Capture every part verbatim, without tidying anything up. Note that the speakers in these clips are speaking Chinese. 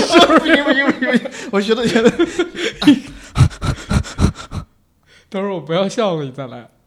是不行不行不行不行，我觉得觉得， 等会儿我不要笑了，你再来。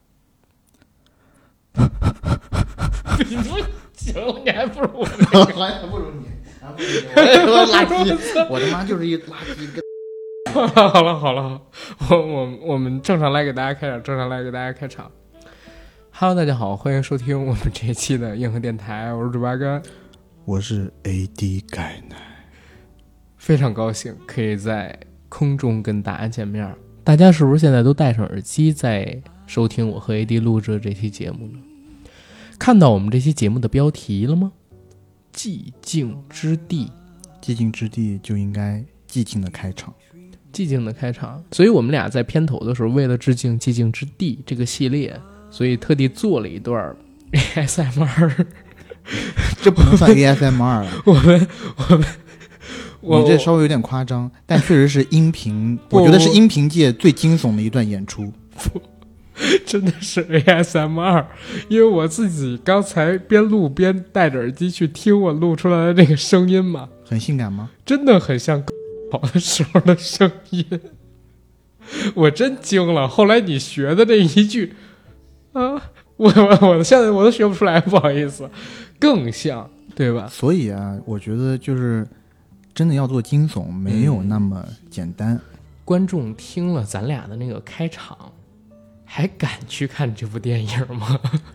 你不行，你还不如我， 我还不如你，还不如你，我垃圾，我他妈就是一垃圾跟。 好了好了，我我我们正常来给大家开场，正常来给大家开场。Hello， 大家好，欢迎收听我们这一期的硬核电台，我是主八哥， 我是 A D 钙奶， 非常高兴可以在空中跟大家见面。大家是不是现在都戴上耳机在收听我和 A D 录制这期节目呢？看到我们这期节目的标题了吗？寂静之地， 寂静之地就应该寂静的开场。 寂静的开场，所以我们俩在片头的时候，为了致敬《寂静之地》这个系列，所以特地做了一段 A S M R。 这不能算 A S M R 了。 我们我们你这稍微有点夸张，但确实是音频，我觉得是音频界最惊悚的一段演出。 真的是 A S M R， 因为我自己刚才边录边戴着耳机去听我录出来的这个声音嘛， 很性感吗？ 真的很像好的时候的声音，我真惊了。后来你学的那一句啊，我我我现在我都学不出来，不好意思，更像，对吧？ 所以啊，我觉得就是真的要做惊悚，没有那么简单。嗯、 观众听了咱俩的那个开场，还敢去看这部电影吗？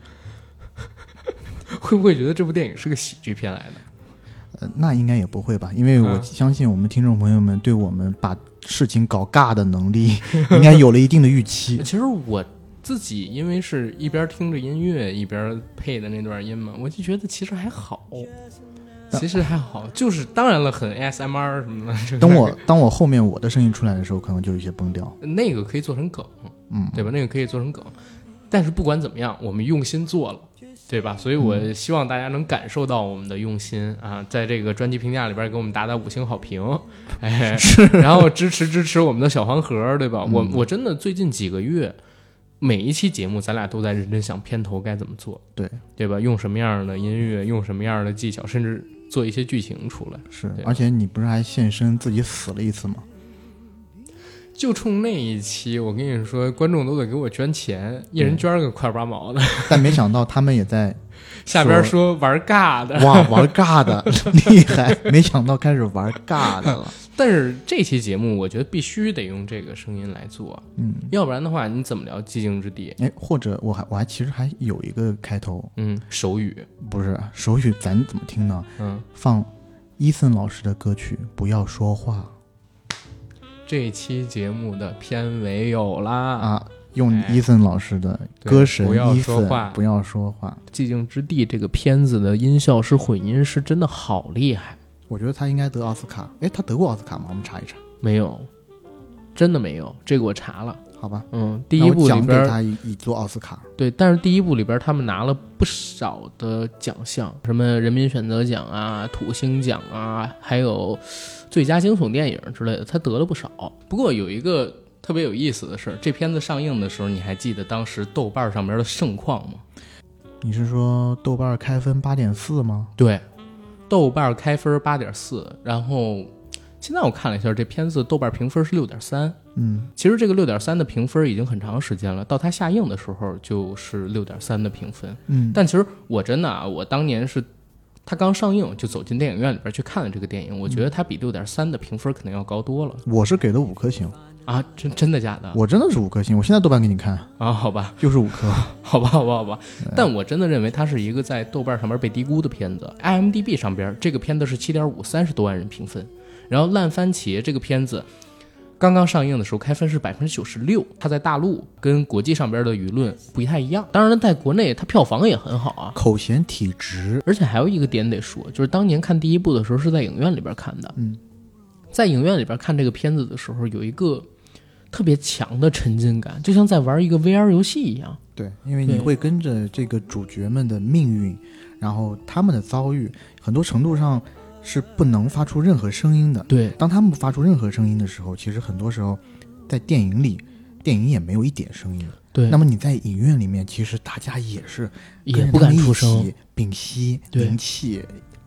会不会觉得这部电影是个喜剧片来的？ 呃，那应该也不会吧，因为我相信我们听众朋友们对我们把事情搞尬的能力应该有了一定的预期。 其实我自己因为是一边听着音乐一边配的那段音嘛，我就觉得其实还好，其实还好，就是当然了，很 A S M R 什么的。 等我当我后面我的声音出来的时候，可能就有些崩掉。 那个可以做成梗， 嗯， 对吧？那个可以做成梗，但是不管怎么样，我们用心做了。对吧？所以我希望大家能感受到我们的用心啊，在这个专辑评价里边给我们打打五星好评，哎，然后支持支持我们的小黄盒，对吧？嗯、我我真的最近几个月，每一期节目咱俩都在认真想片头该怎么做， 对对吧？用什么样的音乐，用什么样的技巧，甚至做一些剧情出来。 是，而且你不是还现身自己死了一次吗？ 就冲那一期，我跟你说，观众都得给我捐钱，一人捐个块八毛的。 但没想到他们也在下边说玩尬的， 哇，玩尬的厉害！没想到开始玩尬的了。 但是这期节目，我觉得必须得用这个声音来做， 嗯， 要不然的话，你怎么聊寂静之地？ 哎，或者我还我还其实还有一个开头， 嗯，手语不是手语，咱怎么听呢？ 嗯， 放伊森老师的歌曲《不要说话》。 这期节目的片尾有啦啊，用伊森老师的歌神伊森、哎、不要说话。 寂静之地这个片子的音效师混音师真的好厉害， 我觉得他应该得奥斯卡。哎，他得过奥斯卡吗？我们查一查。 没有，真的没有，这个我查了。 好吧， 嗯，第一部里边奖给他一座奥斯卡。 对，但是第一部里边他们拿了不少的奖项，什么人民选择奖啊、土星奖啊，还有最佳惊悚电影之类的，他得了不少。不过有一个特别有意思的事，这片子上映的时候，你还记得当时豆瓣上面的盛况吗？ 你是说豆瓣开分 八点四 吗？ 对，豆瓣开分 八点四， 然后现在我看了一下，这片子豆瓣评分是 六点三。 嗯， 其实这个 六点三 的评分已经很长时间了，到它下映的时候就是 六点三 的评分。 嗯， 但其实我真的啊，我当年是它刚上映就走进电影院里边去看了这个电影，我觉得它比 六点三 的评分可能要高多了。 我是给了五颗星啊，真真的假的？ 我真的是五颗星，我现在豆瓣给你看啊，好吧， 就是五颗， 好吧，好吧，好吧。但我真的认为它是一个在豆瓣上面被低估的片子。I M D B 上边这个片子是 七点五， 三十多万人评分，然后烂番茄这个片子刚刚上映的时候开分是 百分之九十六， 它在大陆跟国际上边的舆论不太一样，当然在国内它票房也很好啊， 口嫌体直。 而且还有一个点得说，就是当年看第一部的时候是在影院里边看的， 嗯， 在影院里边看这个片子的时候有一个特别强的沉浸感，就像在玩一个 V R 游戏一样。 对，因为你会跟着这个主角们的命运，然后他们的遭遇，很多程度上是不能发出任何声音的。 对， 当他们不发出任何声音的时候，其实很多时候在电影里，电影也没有一点声音。 对， 那么你在影院里面，其实大家也是也不敢出声， 屏息凝气，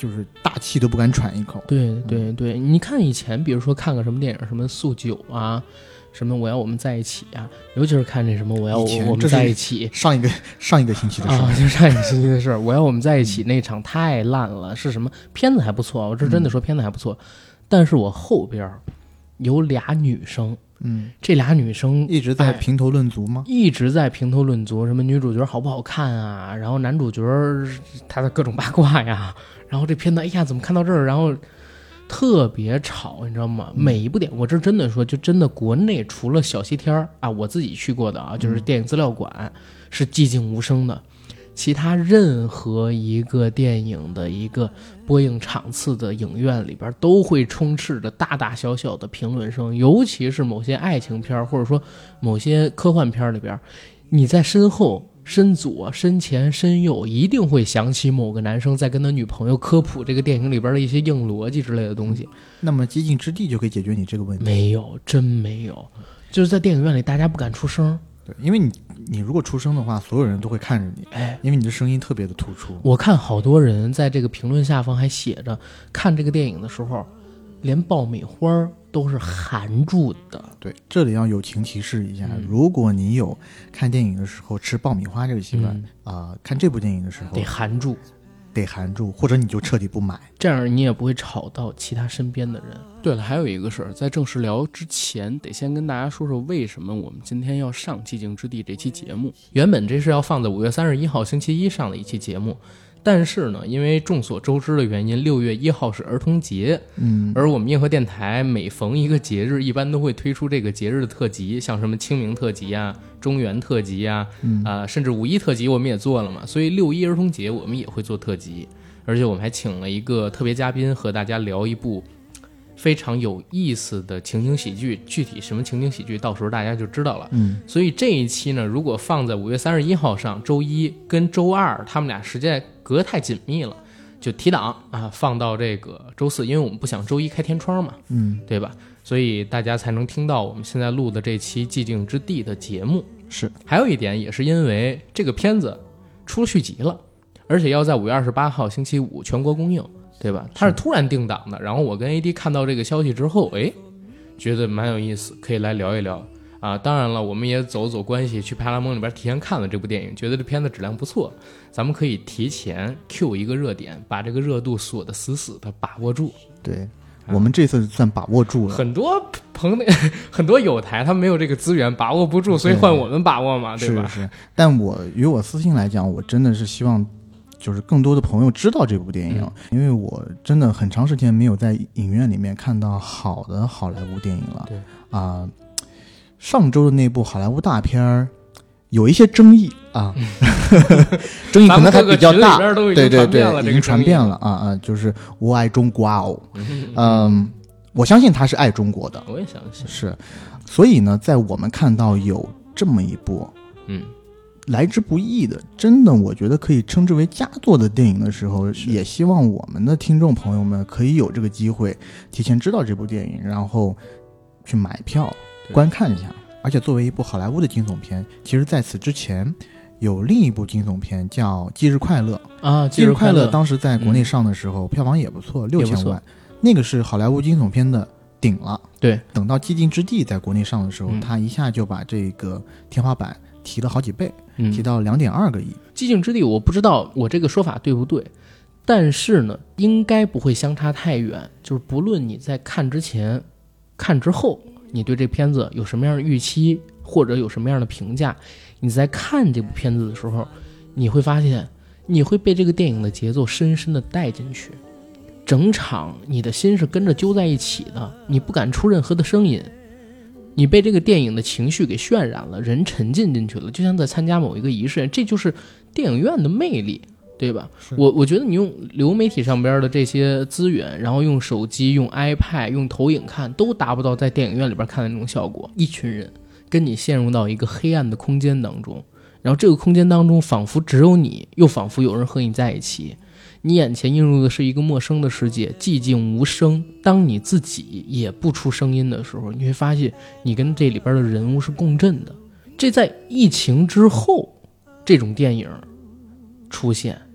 就是大气都不敢喘一口。 对对对，你看以前比如说看个什么电影，什么宿酒啊，什么我要我们在一起啊，尤其是看这什么我要我们在一起， 上一个上一个星期的事啊，就上一个星期的事，我要我们在一起那场太烂了，是什么片子还不错，我这真的说片子还不错，嗯、但是我后边有俩女生。 嗯， 这俩女生一直在评头论足吗？ 一直在评头论足，什么女主角好不好看啊，然后男主角他的各种八卦呀，然后这片子哎呀怎么看到这儿，然后特别吵，你知道吗？每一部电影，我这真的说，就真的国内除了小西天啊，我自己去过的啊，就是电影资料馆、嗯、是寂静无声的。其他任何一个电影的一个播映场次的影院里边都会充斥着大大小小的评论声，尤其是某些爱情片或者说某些科幻片里边，你在身后身左身前身右一定会想起某个男生在跟他女朋友科普这个电影里边的一些硬逻辑之类的东西。 那么寂静之地就可以解决你这个问题？ 没有，真没有，就是在电影院里大家不敢出声。 对，因为你你如果出声的话，所有人都会看着你， 哎， 因为你的声音特别的突出。 我看好多人在这个评论下方还写着，看这个电影的时候，连爆米花都是含住的。对， 这里要友情提示一下，嗯、如果你有看电影的时候吃爆米花这个习惯，啊、嗯呃，看这部电影的时候得含住， 得含住，或者你就彻底不买， 这样你也不会吵到其他身边的人。对了，还有一个事儿，在正式聊之前，得先跟大家说说为什么我们今天要上《寂静之地》这期节目。原本这是要放在五月三十一号星期一上的一期节目，但是呢，因为众所周知的原因，六月一号是儿童节， 嗯， 而我们硬核电台每逢一个节日，一般都会推出这个节日的特辑，像什么清明特辑啊、中元特辑啊， 嗯啊、呃，甚至五一特辑我们也做了嘛，所以六一儿童节我们也会做特辑。而且我们还请了一个特别嘉宾和大家聊一部非常有意思的情景喜剧，具体什么情景喜剧到时候大家就知道了。 嗯， 所以这一期呢，如果放在五月三十一号上，周一跟周二他们俩时间隔得太紧密了，就提档啊，放到这个周四，因为我们不想周一开天窗嘛， 嗯， 对吧？所以大家才能听到我们现在录的这期寂静之地的节目。 是， 还有一点也是因为这个片子出了续集了，而且要在五月二十八号星期五全国公映，对吧？它是突然定档的，然后我跟 A D 看到这个消息之后，哎，觉得蛮有意思，可以来聊一聊啊。当然了，我们也走走关系，去派拉蒙里边提前看了这部电影，觉得这片子质量不错，咱们可以提前 Q 一个热点，把这个热度锁得死死的，把握住。 对，我们这次算把握住了。 很多朋很多有台他没有这个资源，把握不住，所以换我们把握嘛， 对, 对吧？ 是是。但我与我私心来讲，我真的是希望就是更多的朋友知道这部电影、嗯、因为我真的很长时间没有在影院里面看到好的好莱坞电影了。 对啊、呃，上周的那部好莱坞大片有一些争议啊，争议可能还比较大，对对对，已经传遍了啊啊，就是我爱中国哦，嗯，我相信他是爱中国的， 我也相信是，所以呢，在我们看到有这么一部， 嗯。 来之不易的，真的我觉得可以称之为佳作的电影的时候，也希望我们的听众朋友们可以有这个机会提前知道这部电影，然后去买票观看一下。而且作为一部好莱坞的惊悚片，其实在此之前有另一部惊悚片叫《忌日快乐》 啊，《 忌日快乐》当时在国内上的时候、嗯、票房也不错，六千万，那个是好莱坞惊悚片的顶了。 对， 等到《寂静之地》在国内上的时候、 嗯、 他一下就把这个天花板提了好几倍， 嗯、 提到两点二个亿。 寂静之地我不知道我这个说法对不对，但是呢应该不会相差太远，就是不论你在看之前看之后你对这片子有什么样的预期或者有什么样的评价，你在看这部片子的时候你会发现你会被这个电影的节奏深深的带进去，整场你的心是跟着揪在一起的，你不敢出任何的声音，你被这个电影的情绪给渲染了，人沉浸进去了，就像在参加某一个仪式，这就是电影院的魅力，对吧？我我觉得你用流媒体上边的这些资源，然后用手机、用 iPad、用投影看，都达不到在电影院里边看的那种效果。一群人跟你陷入到一个黑暗的空间当中，然后这个空间当中仿佛只有你，又仿佛有人和你在一起。你眼前映入的是一个陌生的世界，寂静无声。当你自己也不出声音的时候，你会发现你跟这里边的人物是共振的。这在疫情之后这种电影出现，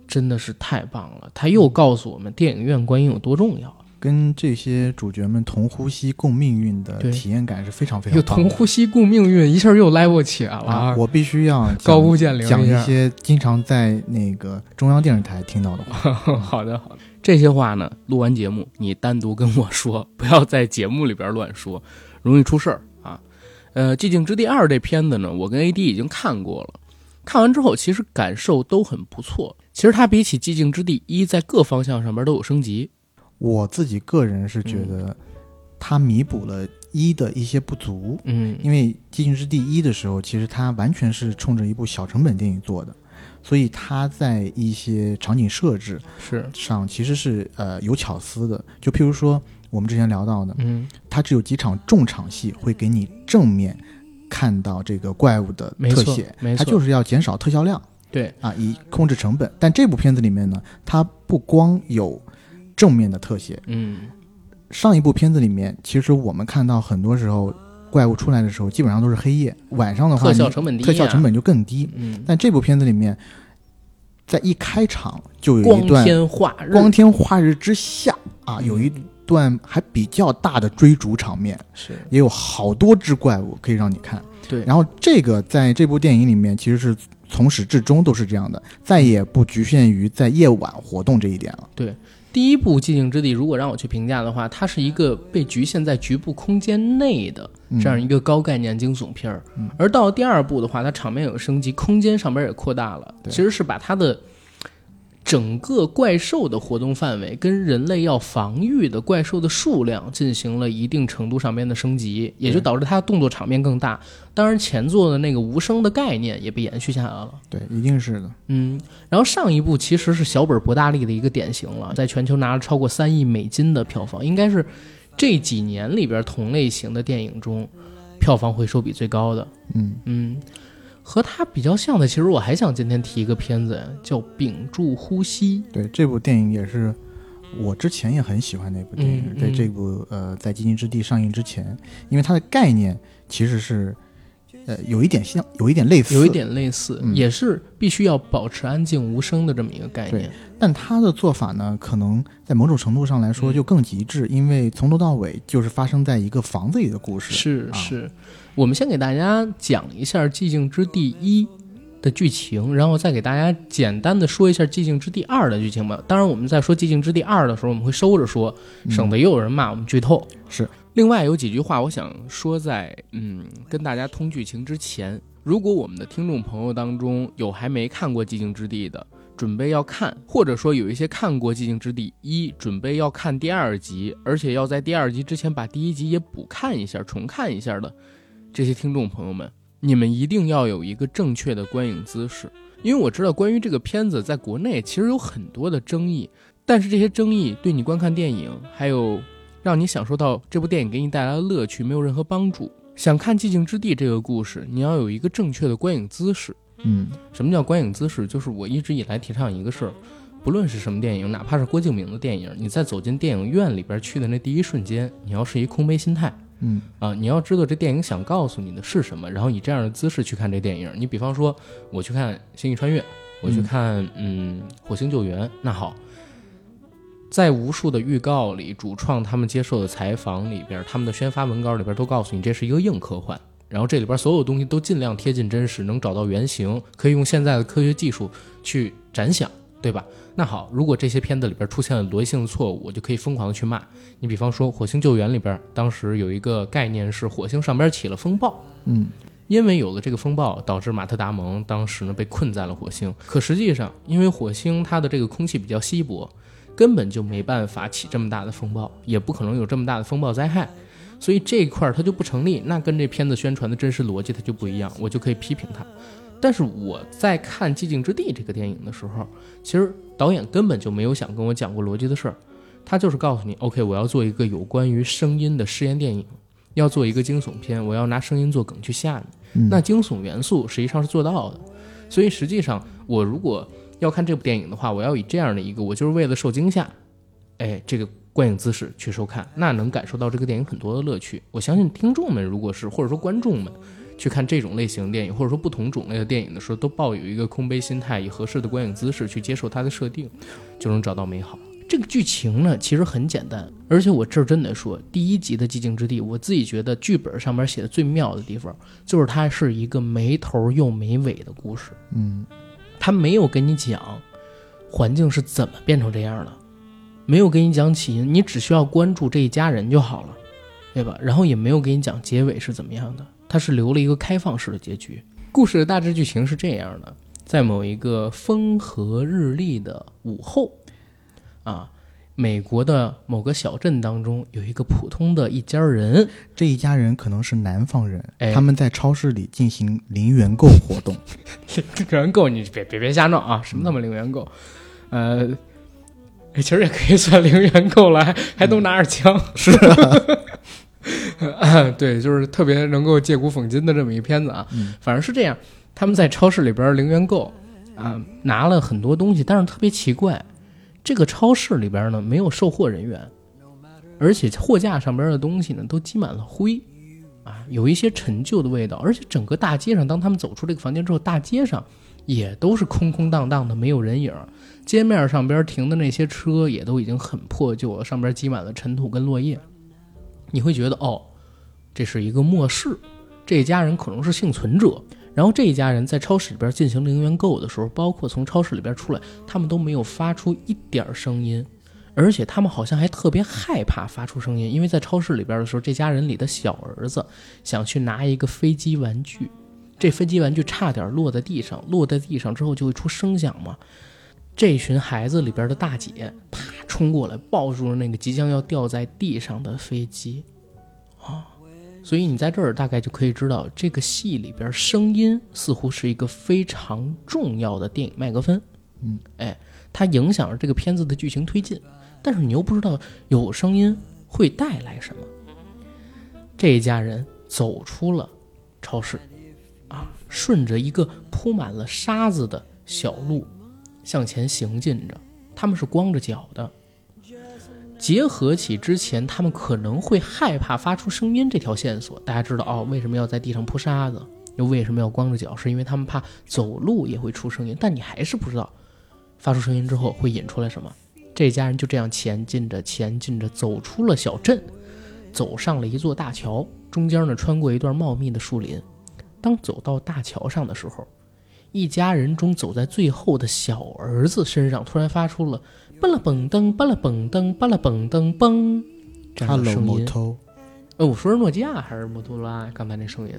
真的是太棒了，他又告诉我们电影院观影有多重要。 跟这些主角们同呼吸共命运的体验感是非常非常有棒的。 同呼吸共命运，一下又 level 起来了、 啊、我必须要高屋建瓴讲一些经常在那个中央电视台听到的话。 好的好的，这些话呢录完节目你单独跟我说，不要在节目里边乱说，容易出事儿啊。呃，寂静之地二这片子呢，我跟 A D 已经看过了，看完之后其实感受都很不错。其实它比起寂静之地一在各方向上边都有升级。 我自己个人是觉得它弥补了一的一些不足。 嗯， 因为寂静之地一的时候其实它完全是冲着一部小成本电影做的，所以它在一些场景设置是上其实是呃有巧思的。就譬如说我们之前聊到的， 嗯， 它只有几场重场戏会给你正面看到这个怪物的特写，它就是要减少特效量， 对啊，以控制成本。但这部片子里面呢，它不光有正面的特写， 嗯， 上一部片子里面，其实我们看到很多时候怪物出来的时候，基本上都是黑夜，晚上的话特效成本低、啊， 特效成本就更低。 嗯， 但这部片子里面，在一开场就有一段光天化日， 光天化日之下啊，有一段还比较大的追逐场面， 是也有好多只怪物可以让你看。 对， 然后这个在这部电影里面其实是从始至终都是这样的，再也不局限于在夜晚活动这一点了。 对。第一部寂静之地如果让我去评价的话，它是一个被局限在局部空间内的这样一个高概念惊悚片、嗯、而到了第二部的话，它场面有升级，空间上边也扩大了，其实是把它的整个怪兽的活动范围跟人类要防御的怪兽的数量进行了一定程度上边的升级，也就导致它动作场面更大。当然前作的那个无声的概念也被延续下来了。 对，一定是的。 嗯，然后上一部其实是小本博大利的一个典型了，在全球拿了超过三亿美金的票房，应该是这几年里边同类型的电影中票房回收比最高的。 嗯嗯，和它比较像的，其实我还想今天提一个片子叫《屏住呼吸》。 对，这部电影也是我之前也很喜欢的一部电影， 嗯、 在这部呃在寂静之地上映之前，因为它的概念其实是呃有一点像，有一点类似， 有一点类似、 嗯， 也是必须要保持安静无声的这么一个概念。 但它的做法呢，可能在某种程度上来说就更极致，嗯、因为从头到尾就是发生在一个房子里的故事。 是、 啊、 是。我们先给大家讲一下《寂静之地一》的剧情，然后再给大家简单的说一下《寂静之地二》的剧情吧。当然我们在说《寂静之地二》的时候，我们会收着说，省得也有人骂我们剧透。 嗯、是。 另外有几句话我想说在嗯跟大家通剧情之前，如果我们的听众朋友当中有还没看过《寂静之地》的，准备要看，或者说有一些看过《寂静之地一》准备要看第二集，而且要在第二集之前把第一集也补看一下重看一下的这些听众朋友们，你们一定要有一个正确的观影姿势。因为我知道关于这个片子在国内其实有很多的争议，但是这些争议对你观看电影还有让你享受到这部电影给你带来的乐趣没有任何帮助。想看寂静之地这个故事，你要有一个正确的观影姿势。 嗯， 什么叫观影姿势？就是我一直以来提倡一个事儿，不论是什么电影，哪怕是郭敬明的电影，你在走进电影院里边去的那第一瞬间，你要是一空杯心态。 嗯啊，你要知道这电影想告诉你的是什么，然后以这样的姿势去看这电影。你比方说我去看《星际穿越》，我去看嗯《火星救援》，那好，在无数的预告里，主创他们接受的采访里边，他们的宣发文稿里边都告诉你这是一个硬科幻，然后这里边所有东西都尽量贴近真实，能找到原型，可以用现在的科学技术去展想，对吧？那好，如果这些片子里边出现了逻辑性的错误，我就可以疯狂的去骂。你比方说《火星救援》里边，当时有一个概念是火星上边起了风暴， 嗯， 因为有了这个风暴，导致马特达蒙当时呢被困在了火星。可实际上，因为火星它的这个空气比较稀薄，根本就没办法起这么大的风暴，也不可能有这么大的风暴灾害，所以这一块它就不成立。那跟这片子宣传的真实逻辑它就不一样，我就可以批评它。但是我在看《寂静之地》这个电影的时候，其实导演根本就没有想跟我讲过逻辑的事儿，他就是告诉你 OK 我要做一个有关于声音的试验电影，要做一个惊悚片，我要拿声音做梗去吓你、嗯、那惊悚元素实际上是做到的。所以实际上我如果要看这部电影的话，我要以这样的一个我就是为了受惊吓，哎，这个观影姿势去收看，那能感受到这个电影很多的乐趣。我相信听众们如果是或者说观众们， 去看这种类型的电影，或者说不同种类的电影的时候，都抱有一个空杯心态，以合适的观影姿势去接受它的设定，就能找到美好。这个剧情呢，其实很简单，而且我这儿真的说，第一集的《寂静之地》，我自己觉得剧本上面写的最妙的地方，就是它是一个没头又没尾的故事。 嗯， 它没有跟你讲环境是怎么变成这样的，没有给你讲起因，你只需要关注这一家人就好了，对吧？然后也没有给你讲结尾是怎么样的，它是留了一个开放式的结局。故事的大致剧情是这样的，在某一个风和日丽的午后啊，美国的某个小镇当中有一个普通的一家人， 这一家人可能是南方人， 哎、 他们在超市里进行零元购活动。 零元购你别别别瞎闹啊！什么他妈零元购？呃，其实也可以算零元购了，还还都拿着枪， 是啊，对，就是特别能够借古讽今的这么一片子啊。 嗯、 反正是这样，他们在超市里边零元购啊，拿了很多东西，但是特别奇怪。这个超市里边呢没有售货人员，而且货架上边的东西呢都积满了灰啊，有一些陈旧的味道，而且整个大街上，当他们走出这个房间之后，大街上也都是空空荡荡的，没有人影，街面上边停的那些车也都已经很破旧了，上边积满了尘土跟落叶。你会觉得哦，这是一个末世，这一家人可能是幸存者。然后这一家人在超市里边进行零元购的时候，包括从超市里边出来，他们都没有发出一点声音，而且他们好像还特别害怕发出声音，因为在超市里边的时候，这家人里的小儿子想去拿一个飞机玩具，这飞机玩具差点落在地上，落在地上之后就会出声响嘛。这群孩子里边的大姐啪冲过来抱住了那个即将要掉在地上的飞机啊！所以你在这儿大概就可以知道，这个戏里边声音似乎是一个非常重要的电影麦克风。 嗯， 哎，它影响着这个片子的剧情推进，但是你又不知道有声音会带来什么。这一家人走出了超市，啊，顺着一个铺满了沙子的小路向前行进着，他们是光着脚的。结合起之前他们可能会害怕发出声音这条线索，大家知道哦，为什么要在地上铺沙子，又为什么要光着脚，是因为他们怕走路也会出声音，但你还是不知道发出声音之后会引出来什么。这家人就这样前进着前进着，走出了小镇，走上了一座大桥，中间呢穿过一段茂密的树林。当走到大桥上的时候，一家人中走在最后的小儿子身上突然发出了巴拉蹦噔巴拉蹦噔巴拉蹦噔嘣这样的声音。 Hello, 呃，我说是诺基亚还是摩托罗拉？刚才那声音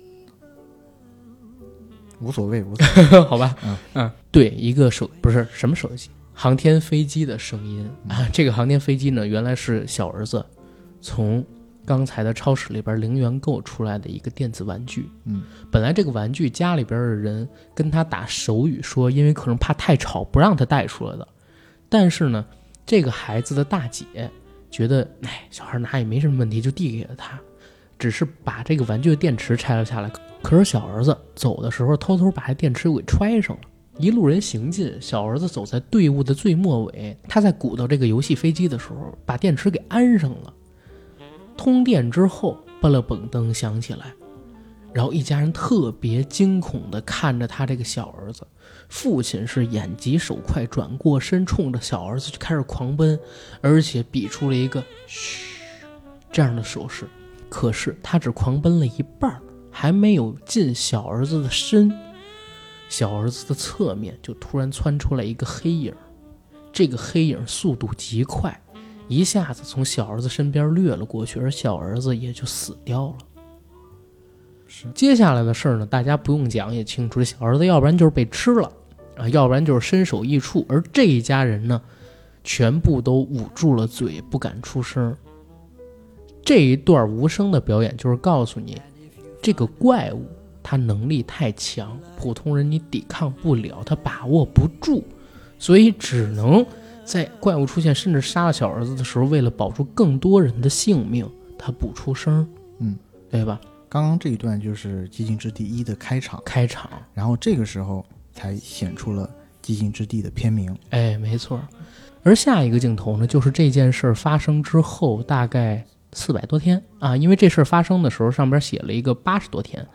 无所谓，无所谓， 好吧。 嗯嗯，对，一个手不是什么手机，航天飞机的声音啊。这个航天飞机呢，原来是小儿子从刚才的超市里边零元购出来的一个电子玩具。 嗯， 本来这个玩具家里边的人跟他打手语说，因为可能怕太吵，不让他带出来的。但是呢，这个孩子的大姐觉得，哎，小孩拿也没什么问题，就递给了他，只是把这个玩具的电池拆了下来。可是小儿子走的时候，偷偷把这电池给揣上了。一路人行进，小儿子走在队伍的最末尾，他在鼓捣这个游戏飞机的时候，把电池给安上了。通电之后，巴拉蹦灯响起来，然后一家人特别惊恐地看着他这个小儿子。父亲是眼疾手快，转过身冲着小儿子就开始狂奔，而且比出了一个嘘这样的手势。可是他只狂奔了一半，还没有进小儿子的身，小儿子的侧面就突然窜出来一个黑影。这个黑影速度极快，一下子从小儿子身边掠了过去，而小儿子也就死掉了。 是接下来的事儿呢，大家不用讲也清楚，这小儿子要不然就是被吃了啊，要不然就是身首异处，而这一家人呢，全部都捂住了嘴，不敢出声。这一段无声的表演就是告诉你，这个怪物他能力太强，普通人你抵抗不了，他把握不住，所以只能在怪物出现甚至杀了小儿子的时候，为了保住更多人的性命，他不出声。 嗯， 对吧？ 刚刚这一段就是《寂静之地一》的开场， 开场， 然后这个时候才显出了《寂静之地》的片名。 哎，没错。而下一个镜头呢，就是这件事发生之后大概四百多天啊，因为这事发生的时候上边写了一个八十多天，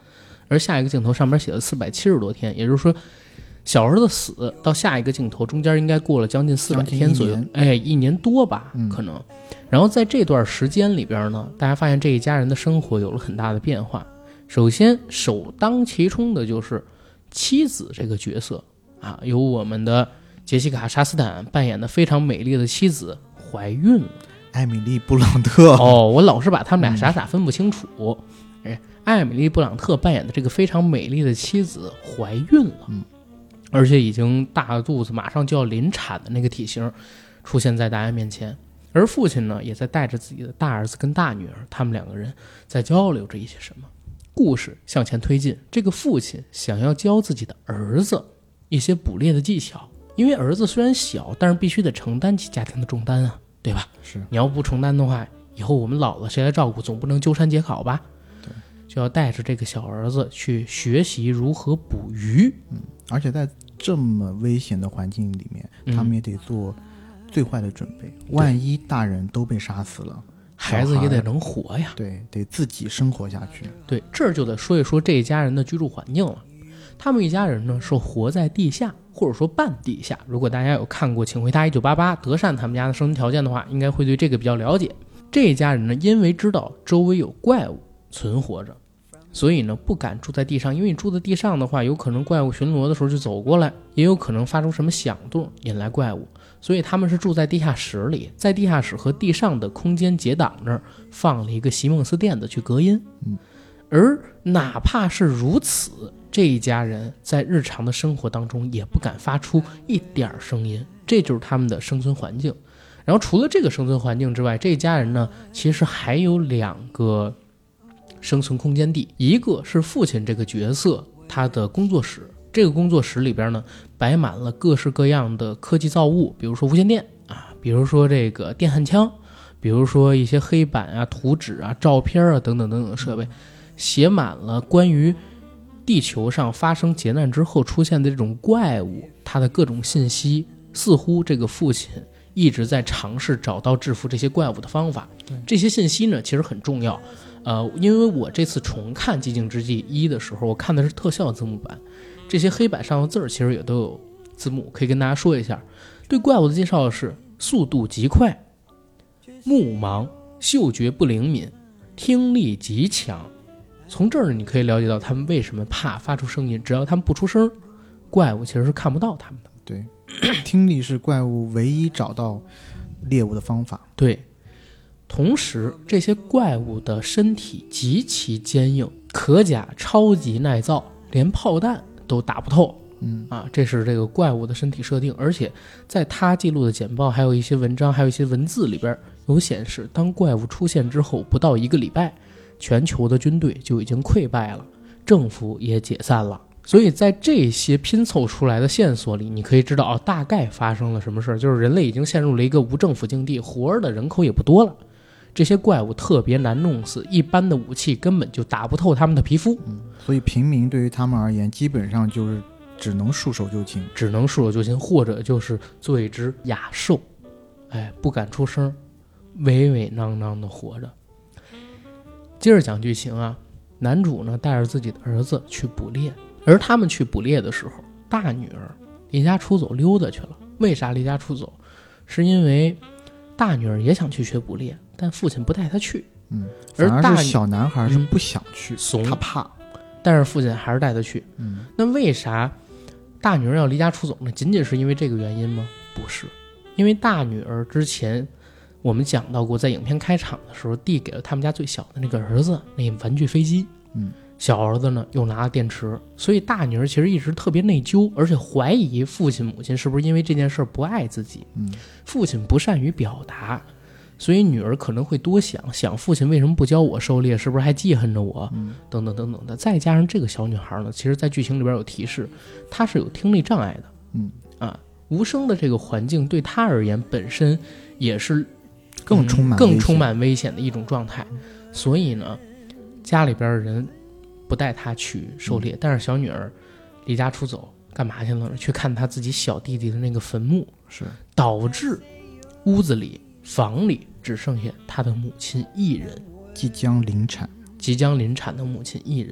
而下一个镜头上面写了四百七十多天，也就是说小儿子死到下一个镜头中间应该过了将近四百天左右，哎，一年多吧， 嗯、 可能。然后在这段时间里边呢，大家发现这一家人的生活有了很大的变化。首先首当其冲的就是妻子这个角色啊，由我们的杰西卡·查斯坦扮演的非常美丽的妻子怀孕了。 艾米丽·布朗特哦，我老是把他们俩傻傻分不清楚。哎、嗯，艾米丽·布朗特扮演的这个非常美丽的妻子怀孕了。 嗯。 而且已经大肚子马上就要临产的那个体型出现在大家面前，而父亲呢也在带着自己的大儿子跟大女儿，他们两个人在交流着一些什么。故事向前推进，这个父亲想要教自己的儿子一些捕猎的技巧，因为儿子虽然小，但是必须得承担起家庭的重担啊，对吧？ 是， 你要不承担的话，以后我们老了谁来照顾？总不能鸠山解考吧？ 对， 就要带着这个小儿子去学习如何捕鱼。 嗯，而且在这么危险的环境里面， 嗯、 他们也得做最坏的准备，万一大人都被杀死了， 孩子也得能活呀。 对，得自己生活下去。 对，这儿就得说一说这一家人的居住环境了。他们一家人呢是活在地下，或者说半地下。如果大家有看过《请回答一九八八》德善他们家的生存条件的话，应该会对这个比较了解。这一家人呢，因为知道周围有怪物存活着，所以呢不敢住在地上，因为你住在地上的话，有可能怪物巡逻的时候就走过来，也有可能发出什么响动引来怪物，所以他们是住在地下室里，在地下室和地上的空间接档那儿放了一个席梦思垫子去隔音。 嗯， 而哪怕是如此，这一家人在日常的生活当中也不敢发出一点声音，这就是他们的生存环境。然后除了这个生存环境之外，这一家人呢其实还有两个生存空间地，一个是父亲这个角色他的工作室，这个工作室里边呢摆满了各式各样的科技造物，比如说无线电啊，比如说这个电焊枪，比如说一些黑板啊、图纸啊、照片啊等等等等的设备，写满了关于地球上发生劫难之后出现的这种怪物它的各种信息。似乎这个父亲一直在尝试找到制服这些怪物的方法。这些信息呢其实很重要。呃，因为我这次重看《寂静之地一》的时候，我看的是特效字幕版，这些黑板上的字儿其实也都有字幕，可以跟大家说一下。对怪物的介绍是速度极快、目盲、嗅觉不灵敏、听力极强。从这儿你可以了解到他们为什么怕发出声音，只要他们不出声，怪物其实是看不到他们的。 对，听力是怪物唯一找到猎物的方法。 对，同时这些怪物的身体极其坚硬，壳甲超级耐造，连炮弹都打不透。 嗯啊，这是这个怪物的身体设定。而且在他记录的简报还有一些文章还有一些文字里边有显示，当怪物出现之后不到一个礼拜，全球的军队就已经溃败了，政府也解散了。所以在这些拼凑出来的线索里，你可以知道哦，大概发生了什么事儿，就是人类已经陷入了一个无政府境地，活着的人口也不多了，这些怪物特别难弄死，一般的武器根本就打不透他们的皮肤。 嗯，所以平民对于他们而言基本上就是只能束手就擒， 只能束手就擒，或者就是做一只哑兽，哎，不敢出声，唯唯囊囊的活着。接着讲剧情啊，男主呢带着自己的儿子去捕猎，而他们去捕猎的时候，大女儿离家出走溜达去了。为啥离家出走？是因为大女儿也想去学捕猎，但父亲不带她去。 嗯， 而大反而是小男孩是不想去， 怂、 嗯，他怕， 但是父亲还是带她去。 嗯， 那为啥大女儿要离家出走呢？仅仅是因为这个原因吗？不是，因为大女儿之前我们讲到过，在影片开场的时候递给了他们家最小的那个儿子那玩具飞机。 嗯， 小儿子呢又拿了电池，所以大女儿其实一直特别内疚，而且怀疑父亲母亲是不是因为这件事不爱自己。 嗯， 父亲不善于表达，所以女儿可能会多想想父亲为什么不教我狩猎，是不是还记恨着我， 嗯， 等等等等的。再加上这个小女孩呢，其实在剧情里边有提示，她是有听力障碍的。 嗯啊，无声的这个环境对她而言本身也是更充满、 嗯、更充满危险的一种状态，所以呢家里边的人不带她去狩猎、嗯、但是小女儿离家出走干嘛去了？去看她自己小弟弟的那个坟墓， 是导致屋子里房里只剩下她的母亲一人， 即将临产即将临产的母亲一人。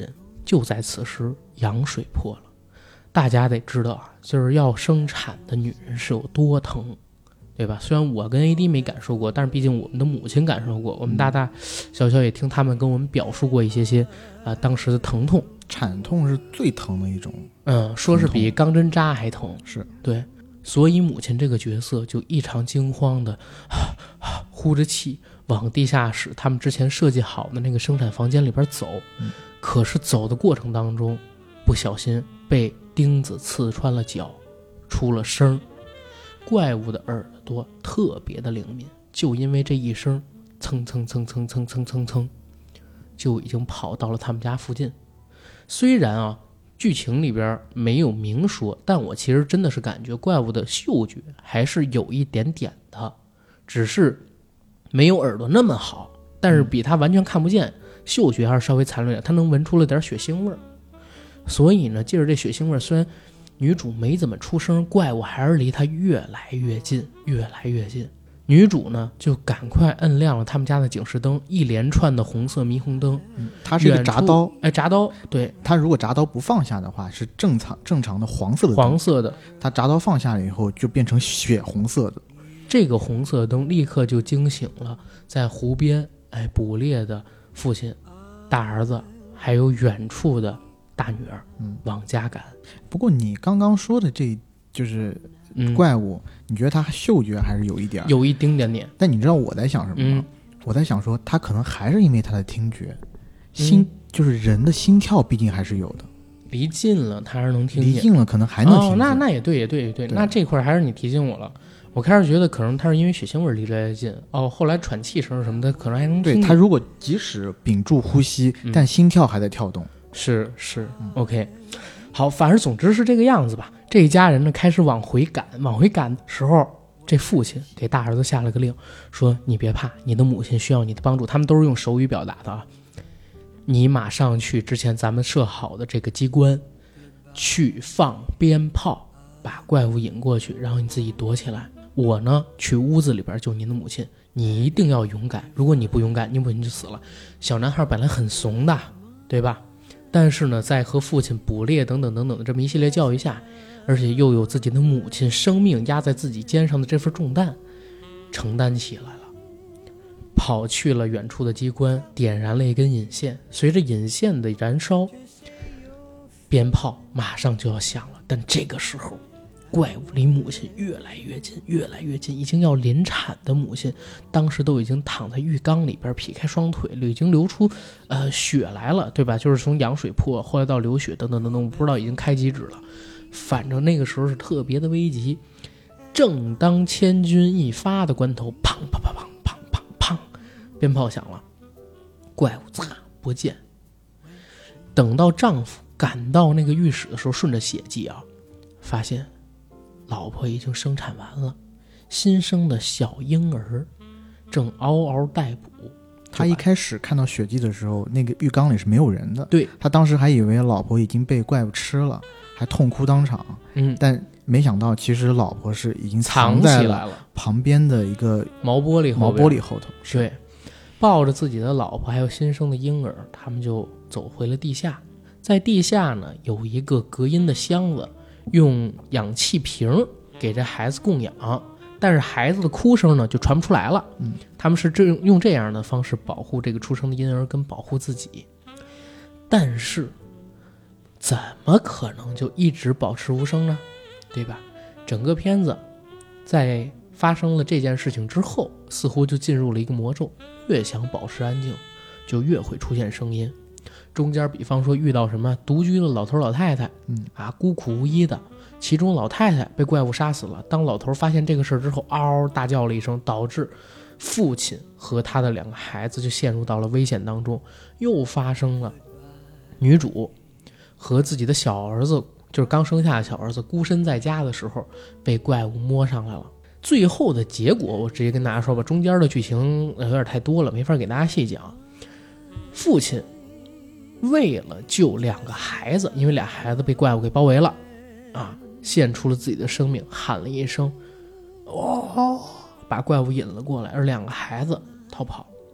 就在此时，羊水破了。大家得知道啊，就是要生产的女人是有多疼，对吧？虽然我跟 A D 没感受过，但是毕竟我们的母亲感受过，我们大大小小也听他们跟我们表述过一些些啊、呃、当时的疼痛。 产痛是最疼的一种， 嗯，说是比钢针扎还疼， 是对。所以母亲这个角色就异常惊慌的、啊啊、呼着气往地下室他们之前设计好的那个生产房间里边走、嗯、可是走的过程当中不小心被钉子刺穿了脚，出了声。怪物的耳朵特别的灵敏，就因为这一声蹭蹭蹭蹭蹭蹭蹭蹭就已经跑到了他们家附近。虽然啊剧情里边没有明说，但我其实真的是感觉怪物的嗅觉还是有一点点的，只是没有耳朵那么好，但是比他完全看不见，嗅觉还是稍微残留点，他能闻出了点血腥味儿。所以呢，借着这血腥味儿，虽然女主没怎么出声，怪物还是离她越来越近，越来越近。女主呢就赶快摁亮了他们家的警示灯，一连串的红色霓虹灯。 嗯，它是一个铡刀， 哎，铡刀，对， 它如果铡刀不放下的话，是正常正常的黄色的灯， 黄色的。 它铡刀放下了以后，就变成血红色的。 这个红色灯立刻就惊醒了在湖边哎捕猎的父亲、大儿子，还有远处的大女儿，嗯，往家赶。 不过你刚刚说的这就是怪物、嗯、你觉得它嗅觉还是有一点， 有一丁点点。 但你知道我在想什么吗？嗯、我在想说，它可能还是因为它的听觉，心、嗯、就是人的心跳，毕竟还是有的。 离近了，它还是能听见； 离近了，可能还能听见。 哦，那那也对，也对，也对。那这块还是你提醒我了。我开始觉得可能它是因为血腥味离得越近，哦，后来喘气声什么的可能还能听见。 对，它如果即使屏住呼吸、嗯，但心跳还在跳动。 是是、嗯、，OK。好，反正总之是这个样子吧。这一家人呢开始往回赶，往回赶的时候，这父亲给大儿子下了个令，说你别怕，你的母亲需要你的帮助。他们都是用手语表达的啊。你马上去之前咱们设好的这个机关，去放鞭炮，把怪物引过去，然后你自己躲起来。我呢去屋子里边救您的母亲，你一定要勇敢，如果你不勇敢，你母亲就死了。小男孩本来很怂的，对吧？但是呢，在和父亲捕猎等等等等的这么一系列教育下，而且又有自己的母亲生命压在自己肩上的这份重担，承担起来了。跑去了远处的机关，点燃了一根引线，随着引线的燃烧，鞭炮马上就要响了。但这个时候，怪物离母亲越来越近，越来越近，已经要临产的母亲，当时都已经躺在浴缸里边，劈开双腿了，已经流出呃血来了，对吧？就是从羊水破，后来到流血等等等等，我不知道已经开几指了。反正那个时候是特别的危急。正当千钧一发的关头，砰砰砰砰砰砰砰，鞭炮响了，怪物擦不见。等到丈夫赶到那个浴室的时候，顺着血迹啊，发现老婆已经生产完了，新生的小婴儿正嗷嗷待哺。 他一开始看到血迹的时候，那个浴缸里是没有人的， 对， 他当时还以为老婆已经被怪物吃了，还痛哭当场。 嗯， 但没想到其实老婆是已经藏在了旁边的一个毛玻璃毛玻璃后头。 对，抱着自己的老婆还有新生的婴儿，他们就走回了地下。在地下呢，有一个隔音的箱子，用氧气瓶给这孩子供氧，但是孩子的哭声呢就传不出来了。 嗯， 他们是这用这样的方式保护这个出生的婴儿跟保护自己。但是怎么可能就一直保持无声呢？对吧？整个片子在发生了这件事情之后，似乎就进入了一个魔咒，越想保持安静就越会出现声音。中间比方说遇到什么独居的老头老太太， 嗯啊，孤苦无依的，其中老太太被怪物杀死了。当老头发现这个事之后，嗷嗷大叫了一声，导致父亲和他的两个孩子就陷入到了危险当中。又发生了女主和自己的小儿子，就是刚生下的小儿子孤身在家的时候，被怪物摸上来了。最后的结果我直接跟大家说吧，中间的剧情有点太多了，没法给大家细讲。父亲为了救两个孩子，因为俩孩子被怪物给包围了啊，献出了自己的生命，喊了一声哦，把怪物引了过来，而两个孩子逃跑。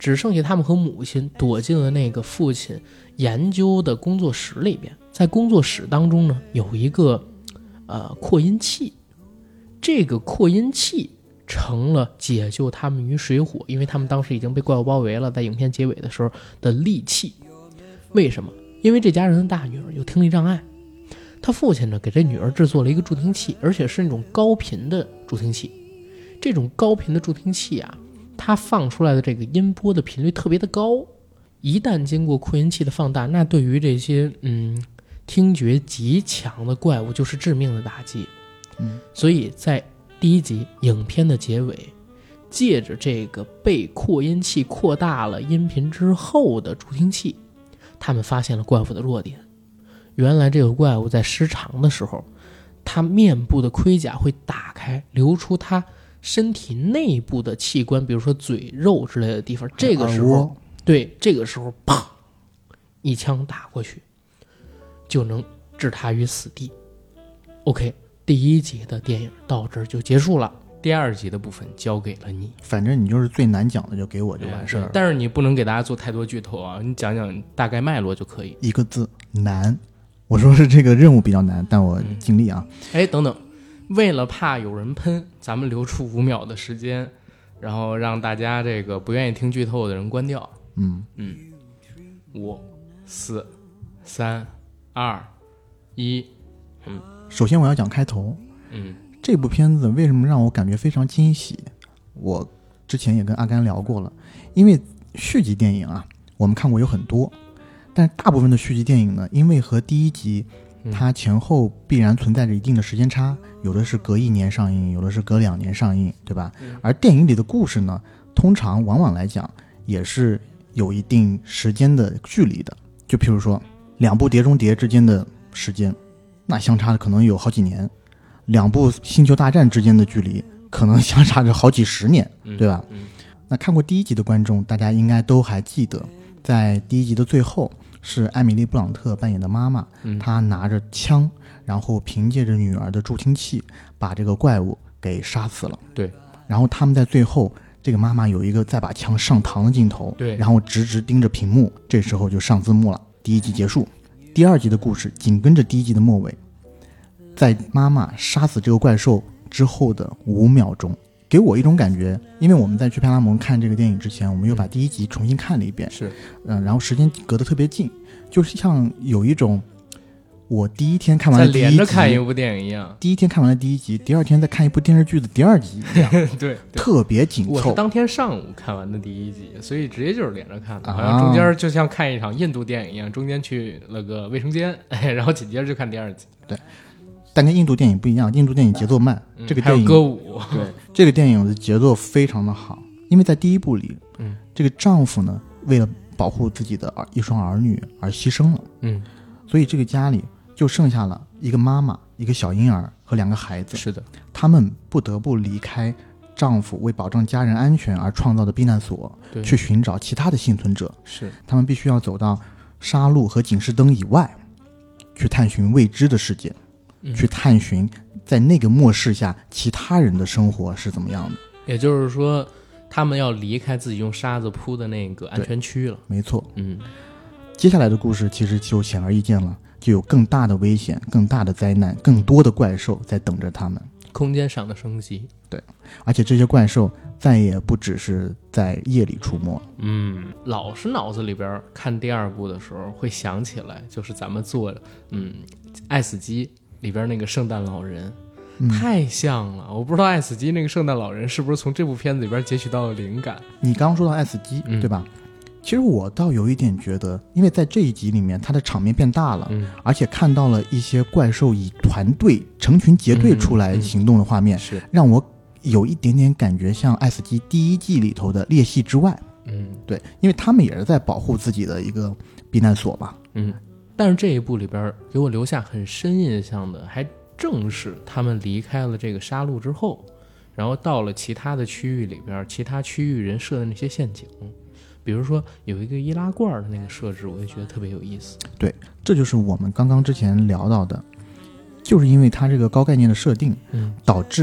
只剩下他们和母亲躲进了那个父亲研究的工作室里边。在工作室当中呢，有一个呃扩音器，这个扩音器成了解救他们于水火，因为他们当时已经被怪物包围了，在影片结尾的时候的利器。为什么？因为这家人的大女儿有听力障碍，他父亲呢给这女儿制作了一个助听器，而且是那种高频的助听器。这种高频的助听器啊，它放出来的这个音波的频率特别的高，一旦经过扩音器的放大，那对于这些嗯听觉极强的怪物就是致命的打击。 嗯， 所以在第一集影片的结尾，借着这个被扩音器扩大了音频之后的助听器，他们发现了怪物的弱点。原来这个怪物在失常的时候，它面部的盔甲会打开，流出它身体内部的器官，比如说嘴、肉之类的地方。这个时候，对，这个时候，砰，一枪打过去，就能置他于死地。OK， 第一集的电影到这儿就结束了。第二集的部分交给了你， 反正你就是最难讲的，就给我就完事儿、哎。 但是你不能给大家做太多剧透啊，你讲讲大概脉络就可以。 一个字，难。我说是这个任务比较难，但我尽力啊。 哎、嗯，等等，为了怕有人喷，咱们留出五秒的时间，然后让大家这个不愿意听剧透的人关掉。 嗯嗯，五、四、三、二、一。嗯， 首先我要讲开头。 嗯。 这部片子为什么让我感觉非常惊喜？我之前也跟阿甘聊过了，因为续集电影啊，我们看过有很多，但是大部分的续集电影呢，因为和第一集它前后必然存在着一定的时间差，有的是隔一年上映，有的是隔两年上映，对吧？而电影里的故事呢，通常往往来讲也是有一定时间的距离的。就譬如说两部碟中谍之间的时间，那相差可能有好几年。两部星球大战之间的距离可能相差着好几十年，对吧？ 嗯嗯、 那看过第一集的观众大家应该都还记得，在第一集的最后是艾米丽布朗特扮演的妈妈、嗯、她拿着枪，然后凭借着女儿的助听器把这个怪物给杀死了。 对， 然后他们在最后这个妈妈有一个再把枪上膛的镜头， 对， 然后直直盯着屏幕，这时候就上字幕了，第一集结束。第二集的故事紧跟着第一集的末尾，在妈妈杀死这个怪兽之后的五秒钟，给我一种感觉，因为我们在去派拉蒙看这个电影之前，我们又把第一集重新看了一遍， 是， 嗯，然后时间隔得特别近，就是像有一种我第一天看完了第一集， 连着看一部电影一样， 第一天看完了第一集，第二天再看一部电视剧的第二集一样， 对, 对， 特别紧凑。 我是当天上午看完的第一集，所以直接就是连着看的，好像中间就像看一场印度电影一样，中间去了个卫生间，然后紧接着就看第二集。 对。但跟印度电影不一样，印度电影节奏慢， 嗯、 这个电影还有歌舞， 对，这个电影的节奏非常的好。因为在第一部里， 嗯， 这个丈夫呢，为了保护自己的儿一双儿女而牺牲了， 嗯， 所以这个家里就剩下了一个妈妈、一个小婴儿和两个孩子。 是的， 他们不得不离开丈夫为保障家人安全而创造的避难所，去寻找其他的幸存者。 是， 他们必须要走到杀戮和警示灯以外，去探寻未知的世界。去探寻在那个末世下其他人的生活是怎么样的。 也就是说他们要离开自己用沙子铺的那个安全区了。 没错。 嗯， 接下来的故事其实就显而易见了，就有更大的危险、更大的灾难、更多的怪兽在等着他们， 空间上的升级。 对，而且这些怪兽再也不只是在夜里出没。 嗯，老是脑子里边看第二部的时候会想起来，就是咱们做嗯爱死机里边那个圣诞老人、嗯、太像了。我不知道爱死机那个圣诞老人是不是从这部片子里边截取到了灵感。 你刚刚说到爱死机、嗯、对吧？其实我倒有一点觉得，因为在这一集里面它的场面变大了、嗯、而且看到了一些怪兽以团队成群结队出来行动的画面、 嗯嗯、是让我有一点点感觉像爱死机第一季里头的裂隙之外。 嗯， 对，因为他们也是在保护自己的一个避难所吧。 嗯，但是这一部里边给我留下很深印象的还正是他们离开了这个杀戮之后，然后到了其他的区域里边，其他区域人设的那些陷阱，比如说有一个易拉罐的那个设置，我也觉得特别有意思。 对，这就是我们刚刚之前聊到的，就是因为它这个高概念的设定、嗯、导致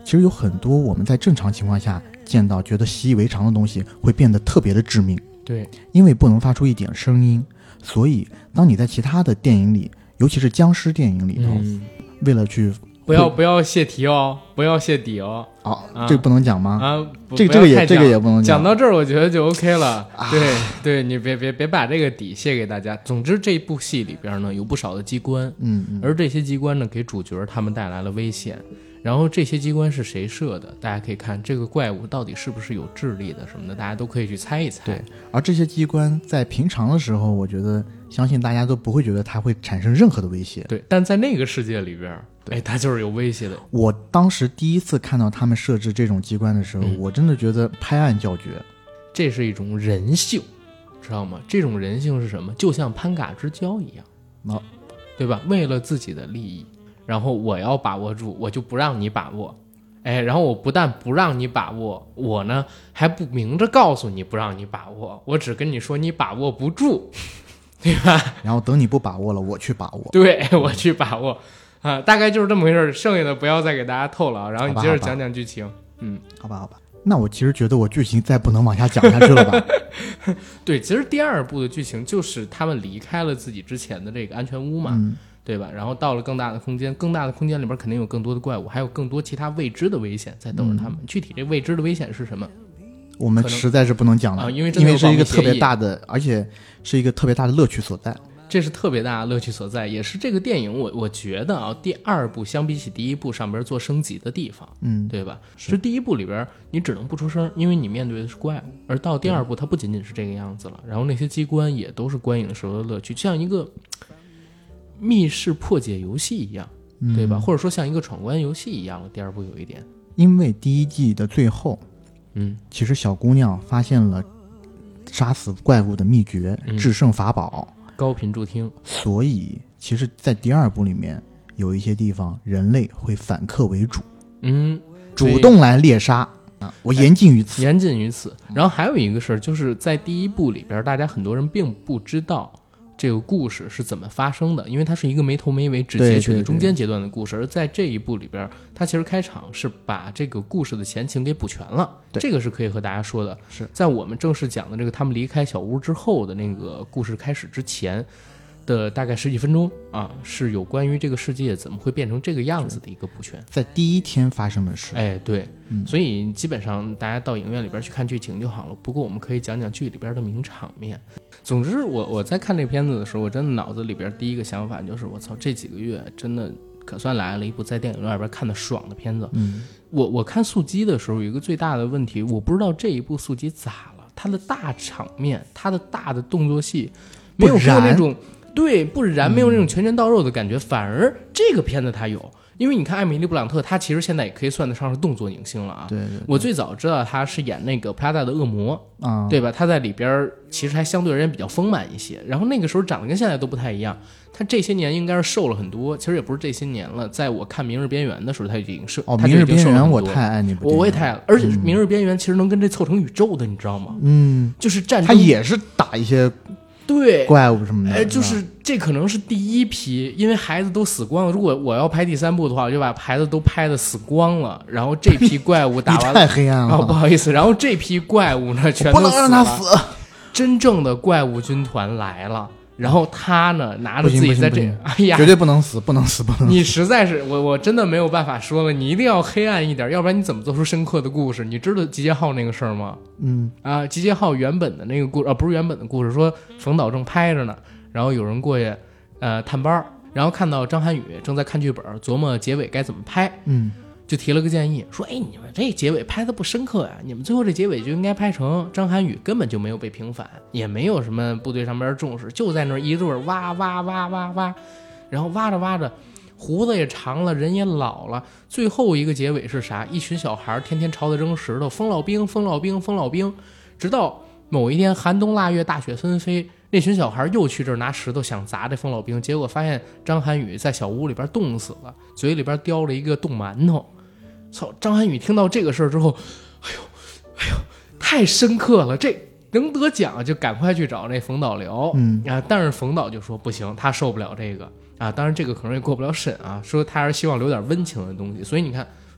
其实有很多我们在正常情况下见到觉得习以为常的东西会变得特别的致命。 对， 因为不能发出一点声音，所以当你在其他的电影里，尤其是僵尸电影里头、嗯、为了去不要不要泄题哦，不要泄底哦。 哦，啊、这个不能讲吗？ 啊， 这个这个也这个也不能讲。 讲到这儿，我觉得就 OK 了。啊、对对，你别别别把这个底泄给大家。总之，这部戏里边呢有不少的机关， 嗯嗯， 而这些机关呢给主角他们带来了危险。然后这些机关是谁设的？大家可以看这个怪物到底是不是有智力的什么的，大家都可以去猜一猜。 对，而这些机关在平常的时候，我觉得相信大家都不会觉得它会产生任何的威胁。 对，但在那个世界里边，哎，它就是有威胁的。 我当时第一次看到他们设置这种机关的时候、嗯、我真的觉得拍案叫绝。 这是一种人性，知道吗？这种人性是什么？就像潘嘎之交一样， 哦， 对吧？为了自己的利益，然后我要把握住，我就不让你把握。哎，然后我不但不让你把握，我呢还不明着告诉你不让你把握，我只跟你说你把握不住，对吧？ 然后等你不把握了，我去把握。 对，我去把握啊，大概就是这么回事。剩下的不要再给大家透了，然后你接着讲讲剧情。嗯， 好吧，好吧。那我其实觉得我剧情再不能往下讲下去了吧？ 对，其实第二部的剧情就是他们离开了自己之前的这个安全屋嘛。 嗯， 对吧？然后到了更大的空间，更大的空间里边肯定有更多的怪物，还有更多其他未知的危险在等着他们、嗯、具体这未知的危险是什么我们实在是不能讲了、 啊、因为因为是一个特别大的，而且是一个特别大的乐趣所在。 这是特别大的乐趣所在，也是这个电影我我觉得啊，第二部相比起第一部上边做升级的地方， 嗯， 对吧？是第一部里边你只能不出声，因为你面对的是怪物，而到第二部它不仅仅是这个样子了，然后那些机关也都是观影时候的乐趣，就像一个密室破解游戏一样，对吧、嗯、或者说像一个闯关游戏一样了。第二部有一点， 因为第一季的最后嗯， 其实小姑娘发现了杀死怪物的秘诀、嗯、制胜法宝高频助听， 所以其实在第二部里面有一些地方人类会反客为主， 嗯， 主动来猎杀啊，我言尽于此， 言尽于此。然后还有一个事儿，就是在第一部里边大家很多人并不知道这个故事是怎么发生的，因为它是一个没头没尾只截取了中间阶段的故事，而在这一部里边它其实开场是把这个故事的前情给补全了，这个是可以和大家说的。 是在我们正式讲的这个他们离开小屋之后的那个故事开始之前的大概十几分钟啊，是有关于这个世界怎么会变成这个样子的一个补全， 在第一天发生的事。 哎，对、 嗯、 所以基本上大家到影院里边去看剧情就好了，不过我们可以讲讲剧里边的名场面。总之我我在看这片子的时候，我真的脑子里边第一个想法就是我操，这几个月真的可算来了一部在电影院里边看的爽的片子。 嗯， 我我看速激的时候有一个最大的问题，我不知道这一部速激咋了，它的大场面，它的大的动作戏没有说那种对不燃，没有那种拳拳到肉的感觉、嗯、反而这个片子它有。因为你看艾米丽布朗特，她其实现在也可以算得上是动作影星了啊。 对 对, 对， 我最早知道她是演那个《普拉达的恶魔》 啊， 对吧？她在里边其实还相对而言比较丰满一些，然后那个时候长得跟现在都不太一样。她这些年应该是瘦了很多，其实也不是这些年了，在我看《明日边缘》的时候，她已经瘦。 哦，《明日边缘》我太爱那部电影， 我也太爱了。而且《明日边缘》其实能跟这凑成宇宙的，你知道吗？ 嗯， 就是战争， 他也是打一些。 对怪物什么的， 哎，就是这可能是第一批，因为孩子都死光了。如果我要拍第三部的话，我就把孩子都拍的死光了，然后这批怪物打完了， 太黑暗了、 哦，不好意思。然后这批怪物呢，全都死了， 不能让他死。 真正的怪物军团来了。然后他呢，拿着自己在这，哎呀， 绝对不能死，不能死，不能死！ 你实在是我，我真的没有办法说了，你一定要黑暗一点，要不然你怎么做出深刻的故事？你知道集结号那个事儿吗？ 嗯啊，集结号原本的那个故事啊，不是原本的故事，说冯导正拍着呢，然后有人过去呃探班，然后看到张涵予正在看剧本，琢磨结尾该怎么拍， 嗯。 就提了个建议，说：“哎，你们这结尾拍的不深刻呀！你们最后这结尾就应该拍成张涵予根本就没有被平反，也没有什么部队上边重视，就在那儿一路挖挖挖挖挖，然后挖着挖着，胡子也长了，人也老了。最后一个结尾是啥？一群小孩天天朝他扔石头，封老兵，封老兵，封老兵，直到某一天寒冬腊月，大雪纷飞。”那群小孩又去这儿拿石头想砸这封老兵，结果发现张涵予在小屋里边冻死了，嘴里边叼了一个冻馒头。操！张涵予听到这个事儿之后，哎呦，哎呦，太深刻了，这能得奖就赶快去找那冯导聊。 嗯啊，但是冯导就说不行，他受不了这个啊。当然这个可能也过不了审啊，说他是希望留点温情的东西。所以你看，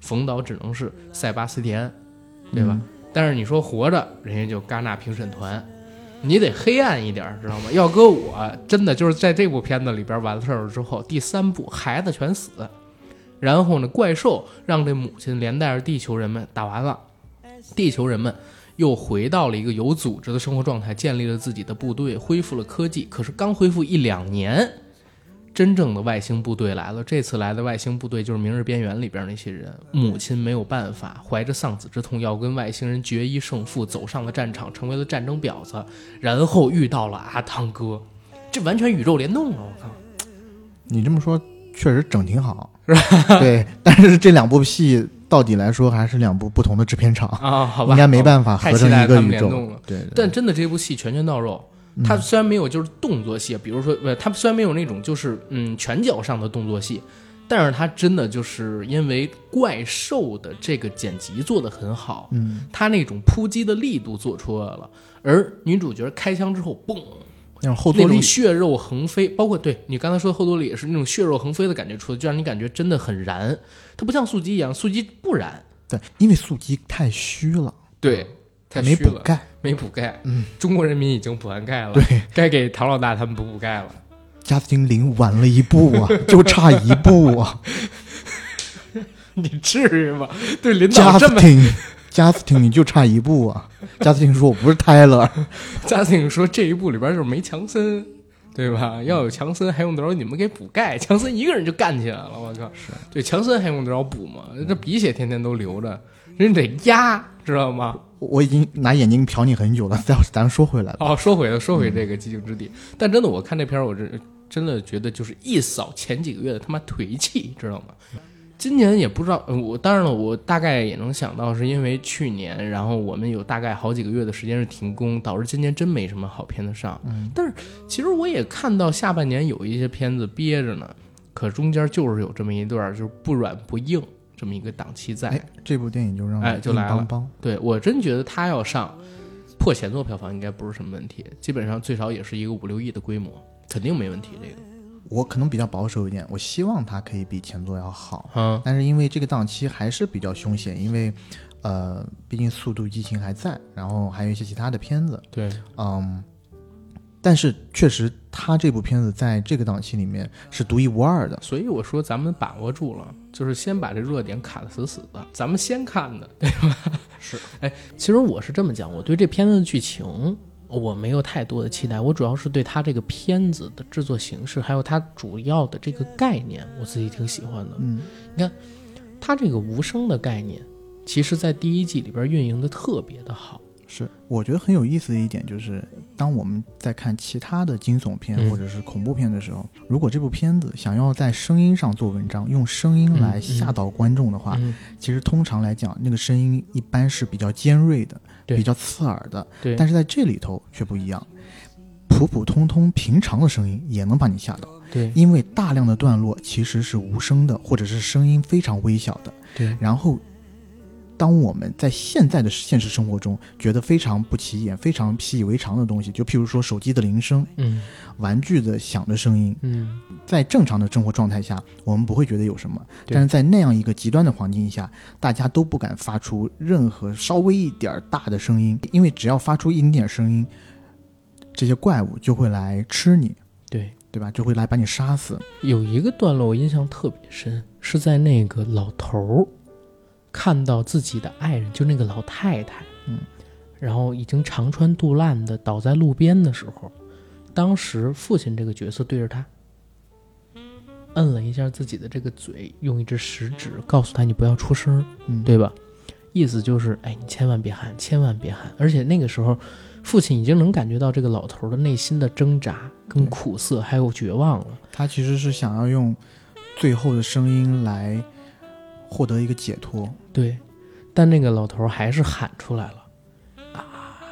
冯导只能是塞巴斯蒂安，对吧？嗯、但是你说活着，人家就戛纳评审团，你得黑暗一点，知道吗？要搁我，真的就是在这部片子里边完事儿了之后，第三部孩子全死，然后呢，怪兽让这母亲连带着地球人们打完了，地球人们又回到了一个有组织的生活状态，建立了自己的部队，恢复了科技。可是刚恢复一两年，真正的外星部队来了。这次来的外星部队就是《明日边缘》里边那些人。母亲没有办法，怀着丧子之痛，要跟外星人决一胜负，走上了战场，成为了战争婊子，然后遇到了阿汤哥，这完全宇宙联动了。我靠， 你这么说确实整挺好，是吧？对，但是这两部戏到底来说还是两部不同的制片厂啊，好吧， 应该没办法合成一个宇宙了。 对, 对， 但真的这部戏拳拳到肉，它虽然没有就是动作戏，比如说它虽然没有那种就是嗯拳脚上的动作戏，但是它真的就是因为怪兽的这个剪辑做得很好， 嗯， 它那种扑击的力度做出来了，而女主角开枪之后，嘣。 那种后坐力， 那种血肉横飞，包括对你刚才说的后坐力也是那种血肉横飞的感觉出来，就让你感觉真的很燃。它不像速激一样，速激不燃， 对，因为速激太虚了， 对，太虚了，没补钙， 没补钙。 嗯， 中国人民已经补完钙了， 对， 该给唐老大他们补补钙了。 加斯汀林晚了一步啊，就差一步啊！ 你至于吗？对领导这么。 加斯汀，你就差一步啊！加斯汀说：“我不是泰勒。” 加斯汀说：“这一部里边就是没强森，对吧？要有强森，还用得着你们给补钙？强森一个人就干起来了，我靠！ 是对，强森还用得着补吗？这鼻血天天都流着，人得压，知道吗？ 我已经拿眼睛瞟你很久了，再咱说回来了。 哦，说回了，说回这个寂静之地。嗯、但真的，我看这片，我真真的觉得就是一扫前几个月的他妈颓气，知道吗？”今年也不知道，我当然了，我大概也能想到，是因为去年，然后我们有大概好几个月的时间是停工，导致今年真没什么好片子上。 嗯， 但是其实我也看到下半年有一些片子憋着呢，可中间就是有这么一段就是不软不硬这么一个档期在。 哎，这部电影就让哎就来了。 邦邦对，我真觉得他要上破前作票房应该不是什么问题，基本上最少也是一个五六亿的规模，肯定没问题。这个。 我可能比较保守一点，我希望它可以比前作要好， 嗯， 但是因为这个档期还是比较凶险，因为，呃，毕竟《速度激情》还在，然后还有一些其他的片子， 对， 嗯，但是确实，它这部片子在这个档期里面是独一无二的， 所以我说咱们把握住了，就是先把这热点卡得死死的，咱们先看的，对吧？ 是， 哎，其实我是这么讲，我对这片子的剧情。我没有太多的期待，我主要是对他这个片子的制作形式，还有他主要的这个概念，我自己挺喜欢的。 嗯， 你看他这个无声的概念，其实在第一季里边运营的特别的好。 是，我觉得很有意思的一点就是，当我们在看其他的惊悚片或者是恐怖片的时候，嗯、如果这部片子想要在声音上做文章，用声音来吓倒观众的话， 嗯嗯、 其实通常来讲，那个声音一般是比较尖锐的。比较刺耳的， 对， 但是在这里头却不一样，普普通通平常的声音也能把你吓到， 对， 因为大量的段落其实是无声的，或者是声音非常微小的， 对。 然后，当我们在现在的现实生活中觉得非常不起眼、非常习以为常的东西，就譬如说手机的铃声， 嗯， 玩具的响的声音， 嗯， 在正常的生活状态下，我们不会觉得有什么，但是在那样一个极端的环境下，大家都不敢发出任何稍微一点大的声音，因为只要发出一点点声音，这些怪物就会来吃你， 对对吧？就会来把你杀死。 有一个段落我印象特别深，是在那个老头看到自己的爱人，就那个老太太， 嗯， 然后已经肠穿肚烂的倒在路边的时候，当时父亲这个角色对着他摁了一下自己的这个嘴，用一只食指告诉他你不要出声， 嗯， 对吧？意思就是哎，你千万别喊，千万别喊。而且那个时候父亲已经能感觉到这个老头的内心的挣扎跟苦涩还有绝望了， 他其实是想要用最后的声音来获得一个解脱， 对，但那个老头还是喊出来了啊，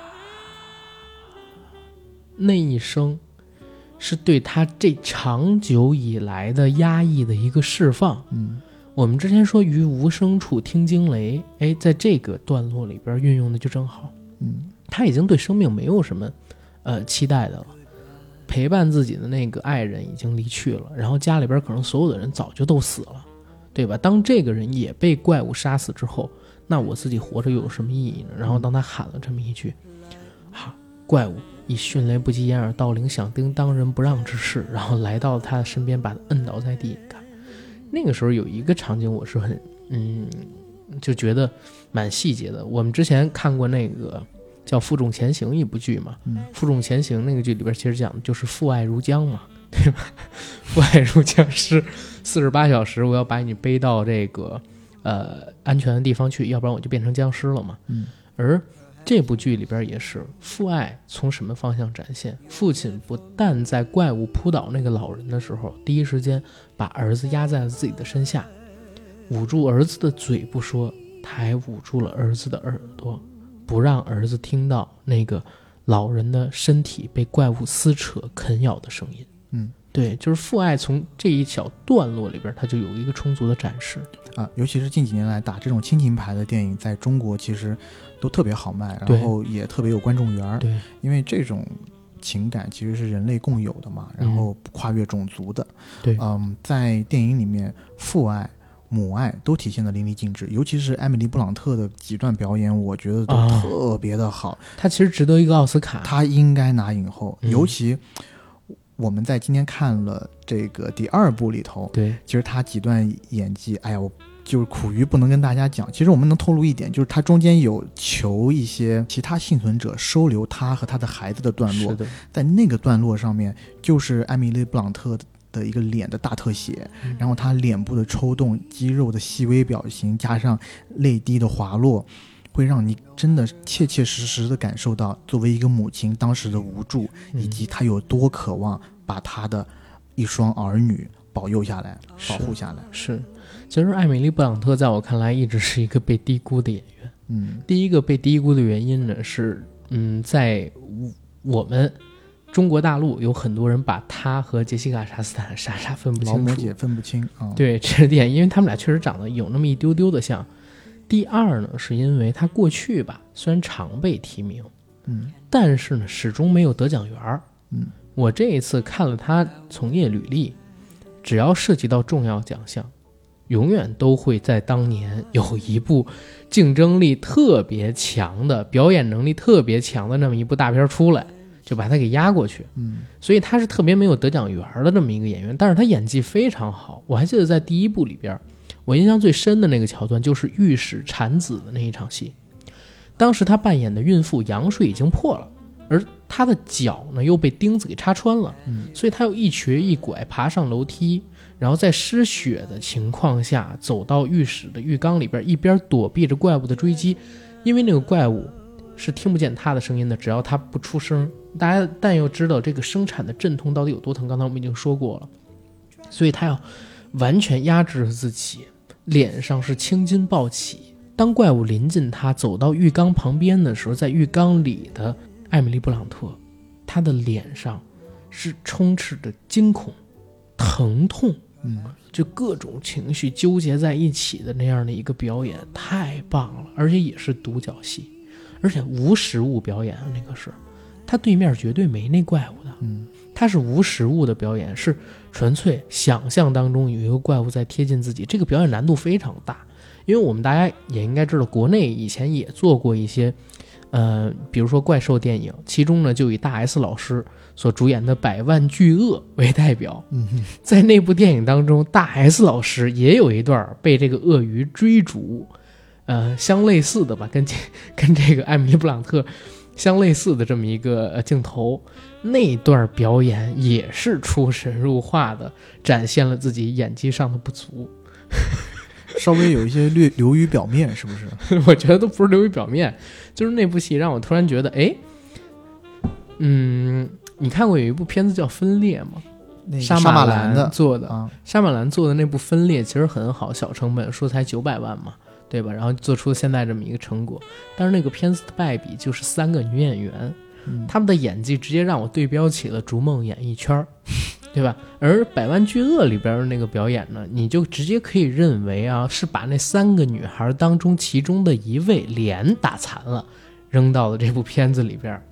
那一声是对他这长久以来的压抑的一个释放。 嗯， 我们之前说于无声处听惊雷，哎，在这个段落里边运用的就正好。 嗯， 他已经对生命没有什么呃期待的了，陪伴自己的那个爱人已经离去了，然后家里边可能所有的人早就都死了， 对吧？当这个人也被怪物杀死之后，那我自己活着又有什么意义呢？然后当他喊了这么一句啊，怪物以迅雷不及掩耳盗铃响叮当人不让之势，然后来到他身边，把他摁倒在地。看那个时候有一个场景我是很嗯就觉得蛮细节的。我们之前看过那个叫《负重前行》一部剧嘛，嗯，《负重前行》那个剧里边其实讲的就是父爱如江嘛，对吧？父爱如江是四十八小时，我要把你背到这个呃安全的地方去，要不然我就变成僵尸了嘛。嗯，而这部剧里边也是父爱从什么方向展现？父亲不但在怪物扑倒那个老人的时候，第一时间把儿子压在了自己的身下，捂住儿子的嘴不说，他还捂住了儿子的耳朵，不让儿子听到那个老人的身体被怪物撕扯啃咬的声音。嗯，对，就是父爱从这一小段落里边，它就有一个充足的展示啊。尤其是近几年来打这种亲情牌的电影，在中国其实都特别好卖，然后也特别有观众缘。 对， 因为这种情感其实是人类共有的嘛，然后跨越种族的。 对， 嗯，在电影里面，父爱、母爱都体现得淋漓尽致，尤其是艾米丽·布朗特的几段表演，我觉得都特别的好。 她、哦、其实值得一个奥斯卡， 她应该拿影后。嗯、尤其我们在今天看了这个第二部里头， 对， 其实她几段演技，哎呀，我就是苦于不能跟大家讲。其实我们能透露一点，就是她中间有求一些其他幸存者收留她和她的孩子的段落， 是的， 在那个段落上面，就是艾米丽·布朗特的。的一个脸的大特写，然后他脸部的抽动、肌肉的细微表情，加上泪滴的滑落，会让你真的切切实实的感受到作为一个母亲当时的无助，以及她有多渴望把她的一双儿女保佑下来、保护下来。 是，其实艾米丽·布朗特在我看来一直是一个被低估的演员。嗯，第一个被低估的原因呢是，嗯，在我们。中国大陆有很多人把他和杰西卡·查斯坦傻傻分不清楚， 劳模姐分不清、哦、 对，这是点，因为他们俩确实长得有那么一丢丢的像。第二呢，是因为他过去吧虽然常被提名，嗯，但是呢始终没有得奖缘。嗯，我这一次看了他从业履历，只要涉及到重要奖项，永远都会在当年有一部竞争力特别强的、表演能力特别强的那么一部大片出来，就把他给压过去。嗯，所以他是特别没有得奖缘的这么一个演员，但是他演技非常好。我还记得在第一部里边，我印象最深的那个桥段就是御史产子的那一场戏。当时他扮演的孕妇羊水已经破了，而他的脚呢又被钉子给插穿了，嗯，所以他又一瘸一拐爬上楼梯，然后在失血的情况下走到御史的浴缸里边，一边躲避着怪物的追击，因为那个怪物是听不见他的声音的，只要他不出声。大家但又知道这个生产的阵痛到底有多疼，刚才我们已经说过了，所以他要完全压制自己，脸上是青筋暴起。当怪物临近他走到浴缸旁边的时候，在浴缸里的艾米丽·布朗特，她的脸上是充斥着惊恐、疼痛，嗯，就各种情绪纠结在一起的那样的一个表演，太棒了，而且也是独角戏，而且无实物表演啊，那个是他对面绝对没那怪物的，嗯，他是无实物的表演，是纯粹想象当中有一个怪物在贴近自己，这个表演难度非常大。因为我们大家也应该知道，国内以前也做过一些呃，比如说怪兽电影，其中呢就以大 S 老师所主演的《百万巨鳄》为代表。嗯，在那部电影当中，大 S 老师也有一段被这个鳄鱼追逐，呃，相类似的吧，跟跟这个艾米丽·布朗特相类似的这么一个呃镜头，那段表演也是出神入化的，展现了自己演技上的不足。 稍微有一些略流于表面，是不是？ 我觉得都不是流于表面，就是那部戏让我突然觉得，哎，嗯，你看过有一部片子叫《分裂》吗？ 那个沙马兰的做的， 啊、 沙马兰做的那部《分裂》其实很好，小成本，说才九百万嘛，对吧？然后做出现在这么一个成果，但是那个片子的败笔就是三个女演员，嗯、他们的演技直接让我对标起了《逐梦演艺圈》。对吧？而《百万巨鳄》里边的那个表演呢，你就直接可以认为啊，是把那三个女孩当中其中的一位脸打残了，扔到了这部片子里边。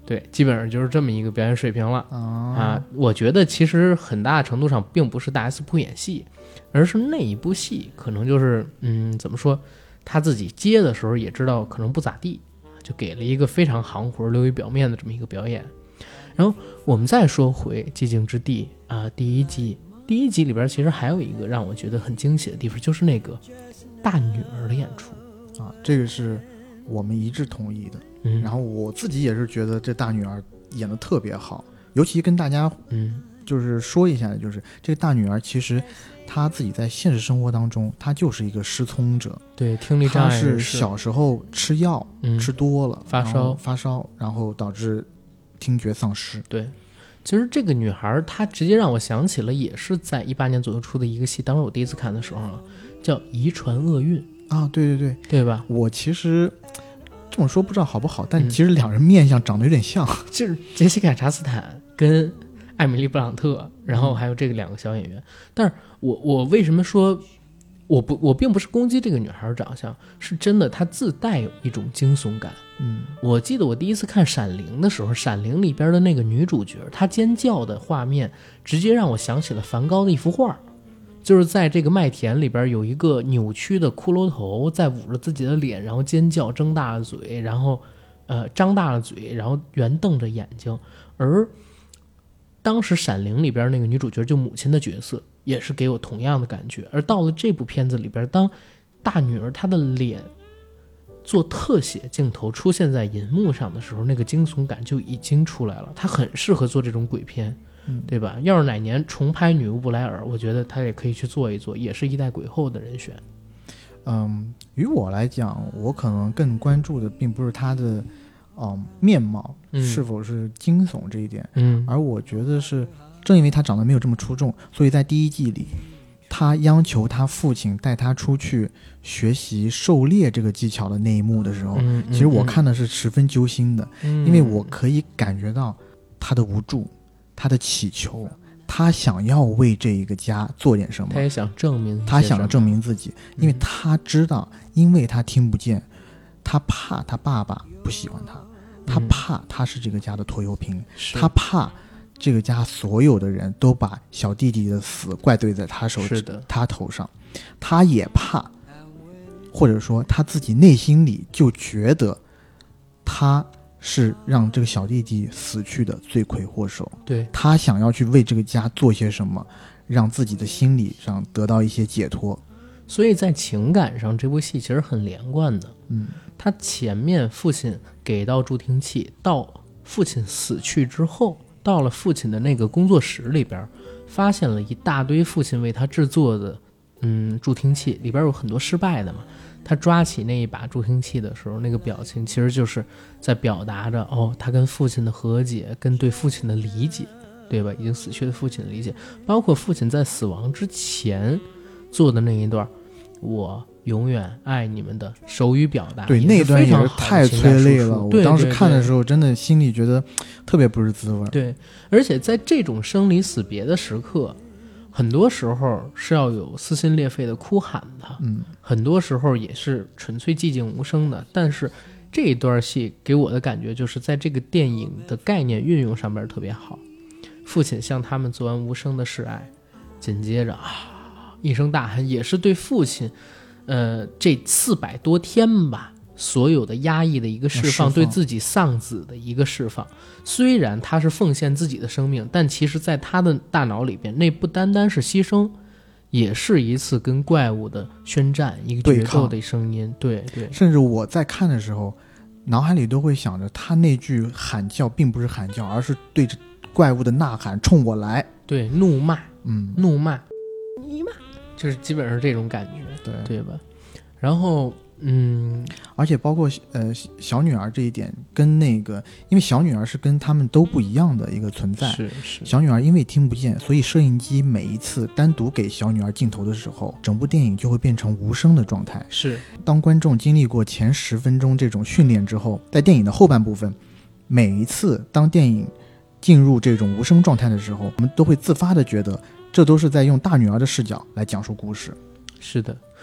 对，基本上就是这么一个表演水平了啊啊！我觉得其实很大程度上并不是大 S 不演戏，而是那一部戏可能就是嗯，怎么说，他自己接的时候也知道可能不咋地，就给了一个非常行活、流于表面的这么一个表演。然后我们再说回《寂静之地》啊，第一集，第一集里边其实还有一个让我觉得很惊喜的地方，就是那个大女儿的演出啊，这个是我们一致同意的。 嗯， 然后我自己也是觉得这大女儿演得特别好，尤其跟大家嗯就是说一下，就是这个大女儿其实她自己在现实生活当中，她就是一个失聪者， 对，听力障碍她是小时候吃药、 嗯、 吃多了， 发烧发烧，然后导致听觉丧失。 对，其实这个女孩她直接让我想起了，也是在一八年左右出的一个戏，当时我第一次看的时候啊，叫《遗传厄运》 啊，对对对， 对吧？ 我其实这么说不知道好不好，但其实两人面相长得有点像， 嗯、就是杰西卡·查斯坦跟艾米丽·布朗特，然后还有这个两个小演员。但是我我为什么说我不我并不是攻击这个女孩长相，是真的她自带有一种惊悚感。 嗯， 我记得我第一次看《闪灵》的时候，《闪灵》里边的那个女主角，她尖叫的画面，直接让我想起了梵高的一幅画。就是在这个麦田里边有一个扭曲的骷髅头在捂着自己的脸，然后尖叫，睁大了嘴，然后呃张大了嘴，然后圆瞪着眼睛。而当时《闪灵》里边那个女主角就母亲的角色也是给我同样的感觉。而到了这部片子里边，当大女儿她的脸做特写镜头出现在银幕上的时候，那个惊悚感就已经出来了。她很适合做这种鬼片，对吧？要是哪年重拍《女巫布莱尔》，我觉得她也可以去做一做，也是一代鬼后的人选。 嗯，于我来讲，我可能更关注的并不是她的嗯面貌是否是惊悚这一点， 嗯， 而我觉得是正因为她长得没有这么出众，所以在第一季里，她央求她父亲带她出去学习狩猎这个技巧的那一幕的时候， 嗯嗯、 其实我看的是十分揪心的， 嗯、 因为我可以感觉到她的无助，她的祈求，她想要为这一个家做点什么， 她也想证明， 她想要证明自己，因为她知道，因为她听不见，她怕她爸爸不喜欢她，她怕她是这个家的拖油瓶，她怕这个家所有的人都把小弟弟的死怪罪在她手她头上，她也怕，或者说她自己内心里就觉得她是让这个小弟弟死去的罪魁祸首， 对， 她想要去为这个家做些什么，让自己的心理上得到一些解脱。 所以在情感上，这部戏其实很连贯的。 嗯， 他前面父亲给到助听器，到父亲死去之后，到了父亲的那个工作室里边，发现了一大堆父亲为他制作的嗯助听器，里边有很多失败的嘛。他抓起那一把助听器的时候，那个表情其实就是在表达着哦，他跟父亲的和解，跟对父亲的理解，对吧？已经死去的父亲的理解，包括父亲在死亡之前做的那一段我永远爱你们的手语表达， 对，那一段也是太催泪了。我当时看的时候真的心里觉得特别不是滋味。 对，而且在这种生离死别的时刻，很多时候是要有撕心裂肺的哭喊的， 嗯， 很多时候也是纯粹寂静无声的。但是这一段戏给我的感觉就是在这个电影的概念运用上面特别好。父亲向他们做完无声的示爱，紧接着啊一声大喊，也是对父亲呃这四百多天吧所有的压抑的一个释放， 释放对自己丧子的一个释放。虽然他是奉献自己的生命，但其实在他的大脑里边，那不单单是牺牲，也是一次跟怪物的宣战，一个决斗的声音。对对， 甚至我在看的时候脑海里都会想着，他那句喊叫并不是喊叫，而是对着怪物的呐喊，冲我来。 对，怒骂， 嗯， 怒骂，你骂，就是基本上这种感觉， 对对吧？然后嗯， 而且包括呃小女儿这一点，跟那个，因为小女儿是跟他们都不一样的一个存在。 是是。 小女儿因为听不见，所以摄影机每一次单独给小女儿镜头的时候，整部电影就会变成无声的状态。 是。 当观众经历过前十分钟这种训练之后，在电影的后半部分，每一次当电影进入这种无声状态的时候，我们都会自发的觉得，这都是在用大女儿的视角来讲述故事。 是的。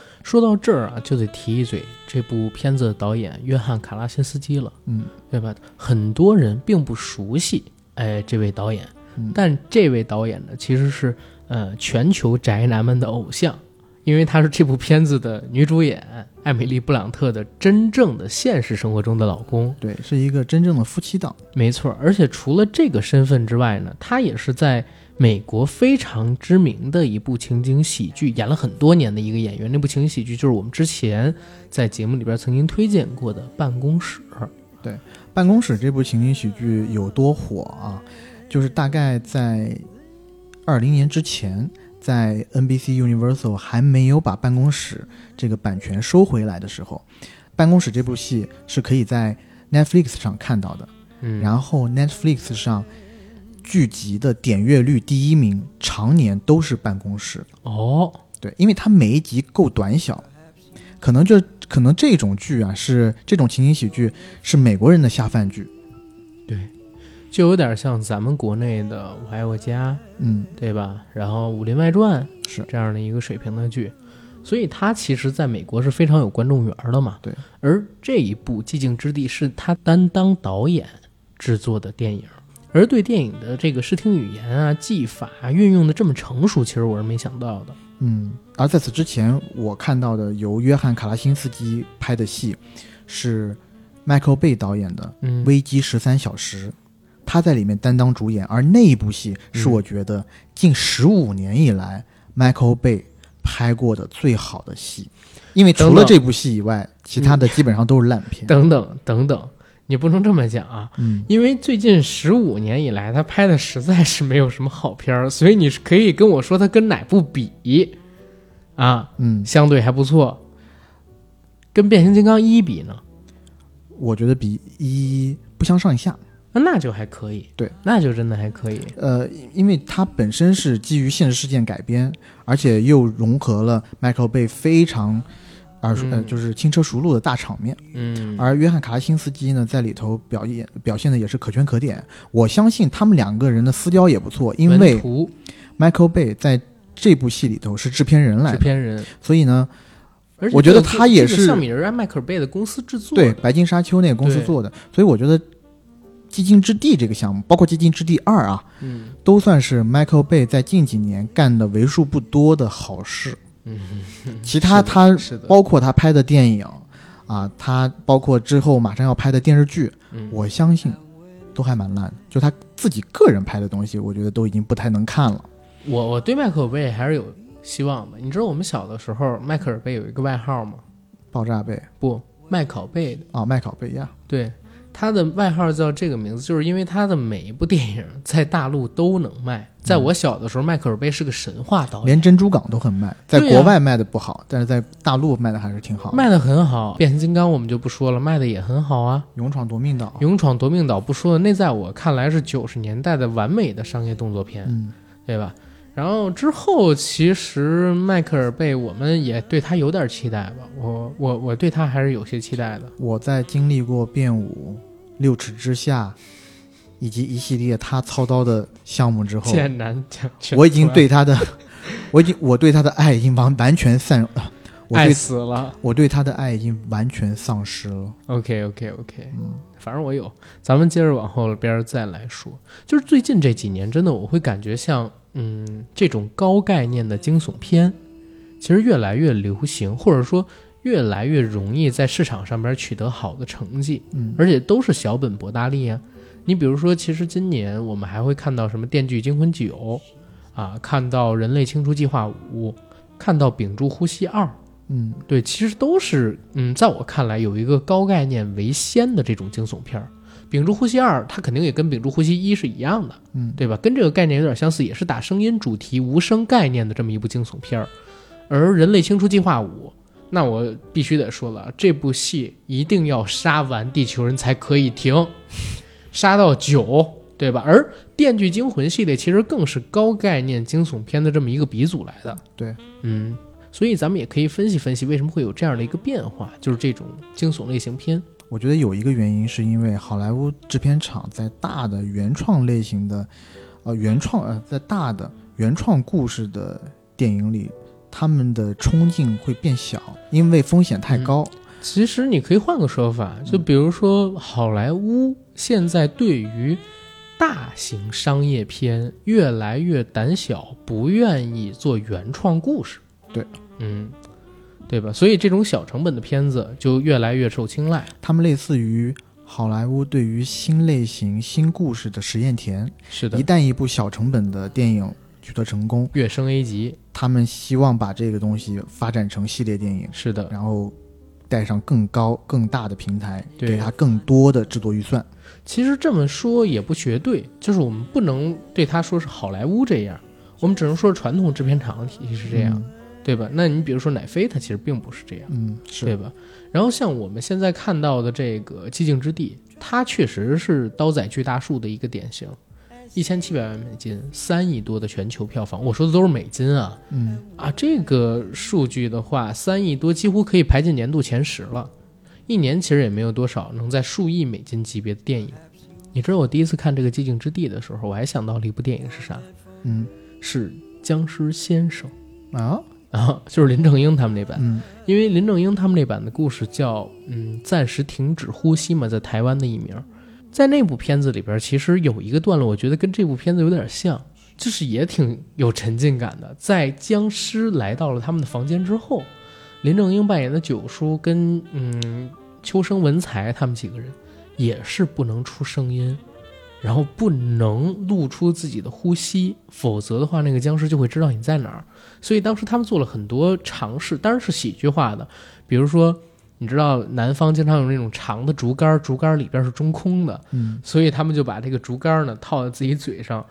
说到这儿啊，就得提一嘴这部片子的导演约翰·卡拉辛斯基了， 嗯， 对吧？很多人并不熟悉，哎，这位导演， 嗯、 但这位导演呢，其实是呃全球宅男们的偶像，因为她是这部片子的女主演艾米丽·布朗特的真正的现实生活中的老公， 对，是一个真正的夫妻档， 没错。而且除了这个身份之外呢，她也是在美国非常知名的一部情景喜剧演了很多年的一个演员，那部情景喜剧就是我们之前在节目里边曾经推荐过的《办公室》。 对，《办公室》这部情景喜剧有多火啊？就是大概在二零年之前，在 N B C Universal 还没有把《办公室》这个版权收回来的时候，《办公室》这部戏是可以在 Netflix 上看到的。 嗯， 然后 Netflix 上剧集的点阅率第一名常年都是《办公室》。 哦， 对，因为它每一集够短小，可能就可能这种剧啊，是这种情景喜剧是美国人的下饭剧。 对，就有点像咱们国内的《我爱我家》， 嗯， 对吧？然后《武林外传》 是这样的一个水平的剧，所以它其实在美国是非常有观众缘的嘛。 对， 而这一部《寂静之地》是他担当导演制作的电影。而对电影的这个视听语言啊、技法啊运用的这么成熟，其实我是没想到的。 嗯，而在此之前，我看到的由约翰·卡拉辛斯基拍的戏是迈克尔·贝导演的《危机十三小时》，嗯，他在里面担当主演，而那一部戏是我觉得近十五年以来迈克尔·贝拍过的最好的戏，因为除了这部戏以外，其他的基本上都是烂片。 等等等等。你不能这么讲啊， 嗯， 因为最近十五年以来他拍的实在是没有什么好片，所以你是可以跟我说他跟哪部比啊， 嗯， 相对还不错。跟变形金刚一比呢， 我觉得比一不相上下， 那就还可以， 对， 那就真的还可以。 呃，因为它本身是基于现实事件改编，而且又融合了迈克尔·贝非常而呃，就是轻车熟路的大场面， 嗯， 而约翰·卡拉辛斯基呢，在里头表演表现的也是可圈可点。我相信他们两个人的私交也不错，因为迈克尔·贝在这部戏里头是制片人来的， 制片人， 所以呢， 而且我觉得他也是上米人按迈克尔·贝的公司制作的，对，白金沙丘那个公司做的，所以我觉得《寂静之地》这个项目，包括《寂静之地二》啊， 嗯， 都算是迈克尔·贝在近几年干的为数不多的好事。 嗯， 其他他是的， 包括他拍的电影啊，他包括之后马上要拍的电视剧， 嗯， 我相信都还蛮烂的。就他自己个人拍的东西，我觉得都已经不太能看了。 我我对迈克尔·贝还是有希望的。你知道我们小的时候，迈克尔·贝有一个外号吗？ 爆炸贝？ 不，麦考贝的啊，麦考贝呀。 对。他的外号叫这个名字，就是因为他的每一部电影在大陆都能卖。在我小的时候，迈克尔·贝是个神话导演， 连珍珠港都很卖，在国外卖的不好，啊，但是在大陆卖的还是挺好的， 卖的很好。变形金刚我们就不说了，卖的也很好啊。 勇闯夺命岛， 勇闯夺命岛不说了，那在我看来是九十年代的完美的商业动作片， 嗯， 对吧？然后之后，其实迈克尔·贝我们也对他有点期待吧，我我我对他还是有些期待的。 我在经历过变五、六尺之下以及一系列他操刀的项目之后， 剑南我已经对他的我已经我对他的爱已经完完全散我对爱死了， 我对他的爱已经完全丧失了。 OK OK OK， 嗯， 反正我有，咱们接着往后边再来说。就是最近这几年真的我会感觉像嗯这种高概念的惊悚片其实越来越流行，或者说越来越容易在市场上边取得好的成绩， 嗯， 而且都是小本博大利啊。你比如说，其实今年我们还会看到什么《电锯惊魂九》啊，看到《人类清除计划五》，看到《屏住呼吸二》。 嗯， 对，其实都是嗯，在我看来有一个高概念为先的这种惊悚片。屏住呼吸二它肯定也跟屏住呼吸一是一样的， 嗯， 对吧？跟这个概念有点相似，也是打声音主题无声概念的这么一部惊悚片。而人类清除计划五，那我必须得说了，这部戏一定要杀完地球人才可以停，杀到九，对吧？而电锯惊魂系列其实更是高概念惊悚片的这么一个鼻祖来的。 对， 嗯，所以咱们也可以分析分析为什么会有这样的一个变化，就是这种惊悚类型片。 我觉得有一个原因是因为好莱坞制片厂在大的原创类型的呃原创呃在大的原创故事的电影里他们的冲劲会变小，因为风险太高。 嗯、其实你可以换个说法，就比如说好莱坞现在对于大型商业片越来越胆小，不愿意做原创故事。 对， 嗯，对吧？所以这种小成本的片子就越来越受青睐。 他们类似于好莱坞对于新类型新故事的实验田。 是的， 一旦一部小成本的电影取得成功， 跃升 A 级， 他们希望把这个东西发展成系列电影。 是的， 然后带上更高更大的平台， 对， 给他更多的制作预算。 其实这么说也不绝对，就是我们不能对他说是好莱坞这样，我们只能说传统制片厂的体系是这样、嗯、对吧？那你比如说乃飞它其实并不是这样， 嗯，是， 对吧？然后像我们现在看到的这个寂静之地，它确实是刀仔巨大树的一个典型，一千七百万美金，三亿多的全球票房，我说的都是美金啊， 嗯啊，这个数据的话，三亿多几乎可以排进年度前十了。一年其实也没有多少能在数亿美金级别的电影。你知道我第一次看这个寂静之地的时候，我还想到了一部电影是啥？ 嗯， 是僵尸先生啊啊，就是林正英他们那版。 嗯， 因为林正英他们那版的故事叫嗯暂时停止呼吸嘛，在台湾的译名。在那部片子里边，其实有一个段落，我觉得跟这部片子有点像，就是也挺有沉浸感的。在僵尸来到了他们的房间之后，林正英扮演的九叔跟嗯秋生文才他们几个人也是不能出声音，然后不能露出自己的呼吸，否则的话那个僵尸就会知道你在哪儿。所以当时他们做了很多尝试，当然是喜剧化的，比如说你知道南方经常有那种长的竹竿，竹竿里边是中空的， 嗯， 所以他们就把这个竹竿呢套在自己嘴上，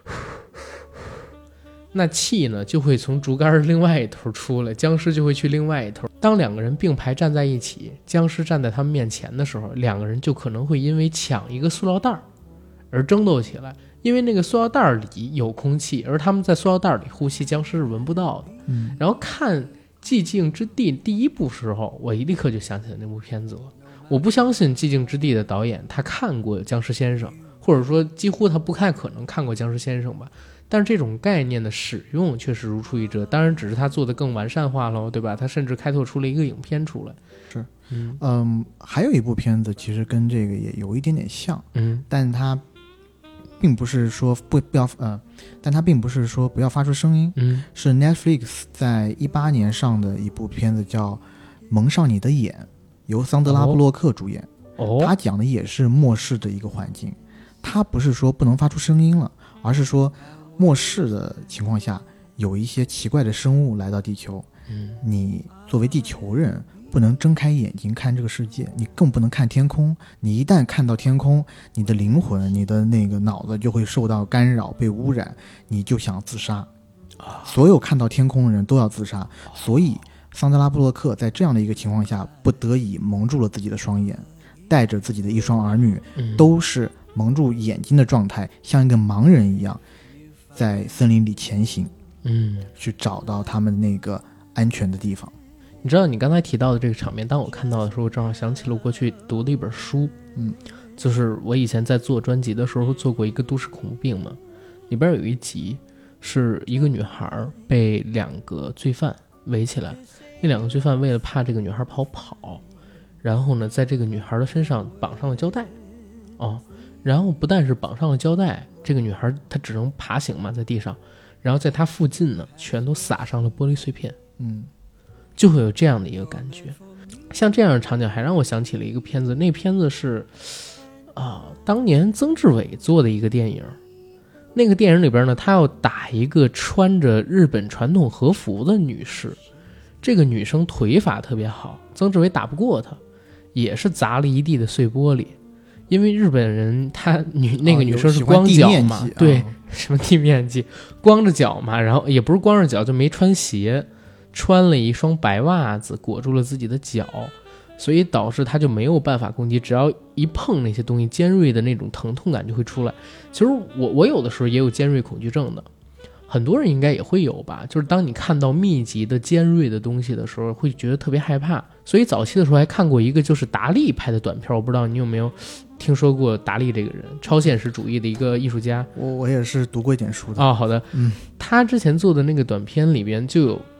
那气呢就会从竹竿另外一头出来，僵尸就会去另外一头。当两个人并排站在一起，僵尸站在他们面前的时候，两个人就可能会因为抢一个塑料袋而争斗起来，因为那个塑料袋里有空气，而他们在塑料袋里呼吸，僵尸是闻不到的。 嗯， 然后看寂静之地第一部时候，我一立刻就想起来那部片子了。我不相信寂静之地的导演他看过僵尸先生，或者说几乎他不太可能看过僵尸先生吧，但是这种概念的使用确实如出一辙，当然只是他做的更完善化了，对吧？他甚至开拓出了一个影片出来。 是， 嗯嗯，还有一部片子其实跟这个也有一点点像， 嗯， 但它并不是说不不要呃，但它并不是说不要发出声音， 嗯， 是 Netflix 在一八年上的一部片子叫《蒙上你的眼》，由桑德拉布洛克主演。 哦， 他讲的也是末世的一个环境，他不是说不能发出声音了，而是说末世的情况下有一些奇怪的生物来到地球， 嗯， 你作为地球人不能睁开眼睛看这个世界，你更不能看天空，你一旦看到天空，你的灵魂你的那个脑子就会受到干扰被污染，你就想自杀，所有看到天空的人都要自杀，所以桑德拉布洛克在这样的一个情况下不得已蒙住了自己的双眼，带着自己的一双儿女、 嗯、 都是蒙住眼睛的状态，像一个盲人一样在森林里前行， 嗯， 去找到他们那个安全的地方。 你知道你刚才提到的这个场面，当我看到的时候，我正好想起了我过去读的一本书， 嗯， 就是我以前在做专辑的时候做过一个都市恐怖病嘛，里边有一集是一个女孩被两个罪犯围起来，那两个罪犯为了怕这个女孩跑跑，然后呢在这个女孩的身上绑上了胶带，哦，然后不但是绑上了胶带，这个女孩她只能爬行嘛，在地上，然后在她附近呢全都撒上了玻璃碎片， 嗯， 就会有这样的一个感觉。像这样的场景还让我想起了一个片子，那片子是啊、呃，当年曾志伟做的一个电影。那个电影里边呢，他要打一个穿着日本传统和服的女士，这个女生腿法特别好，曾志伟打不过她，也是砸了一地的碎玻璃。因为日本人他女那个女生是光脚嘛， 哦、 对、 哦， 什么地面技，光着脚嘛，然后也不是光着脚，就没穿鞋，穿了一双白袜子裹住了自己的脚，所以导致他就没有办法攻击，只要一碰那些东西，尖锐的那种疼痛感就会出来。其实我我有的时候也有尖锐恐惧症的，很多人应该也会有吧，就是当你看到密集的尖锐的东西的时候，会觉得特别害怕。所以早期的时候还看过一个就是达利拍的短片，我不知道你有没有听说过达利这个人，超现实主义的一个艺术家。 我我也是读过一点书的。 哦，好的， 嗯， 他之前做的那个短片里边就有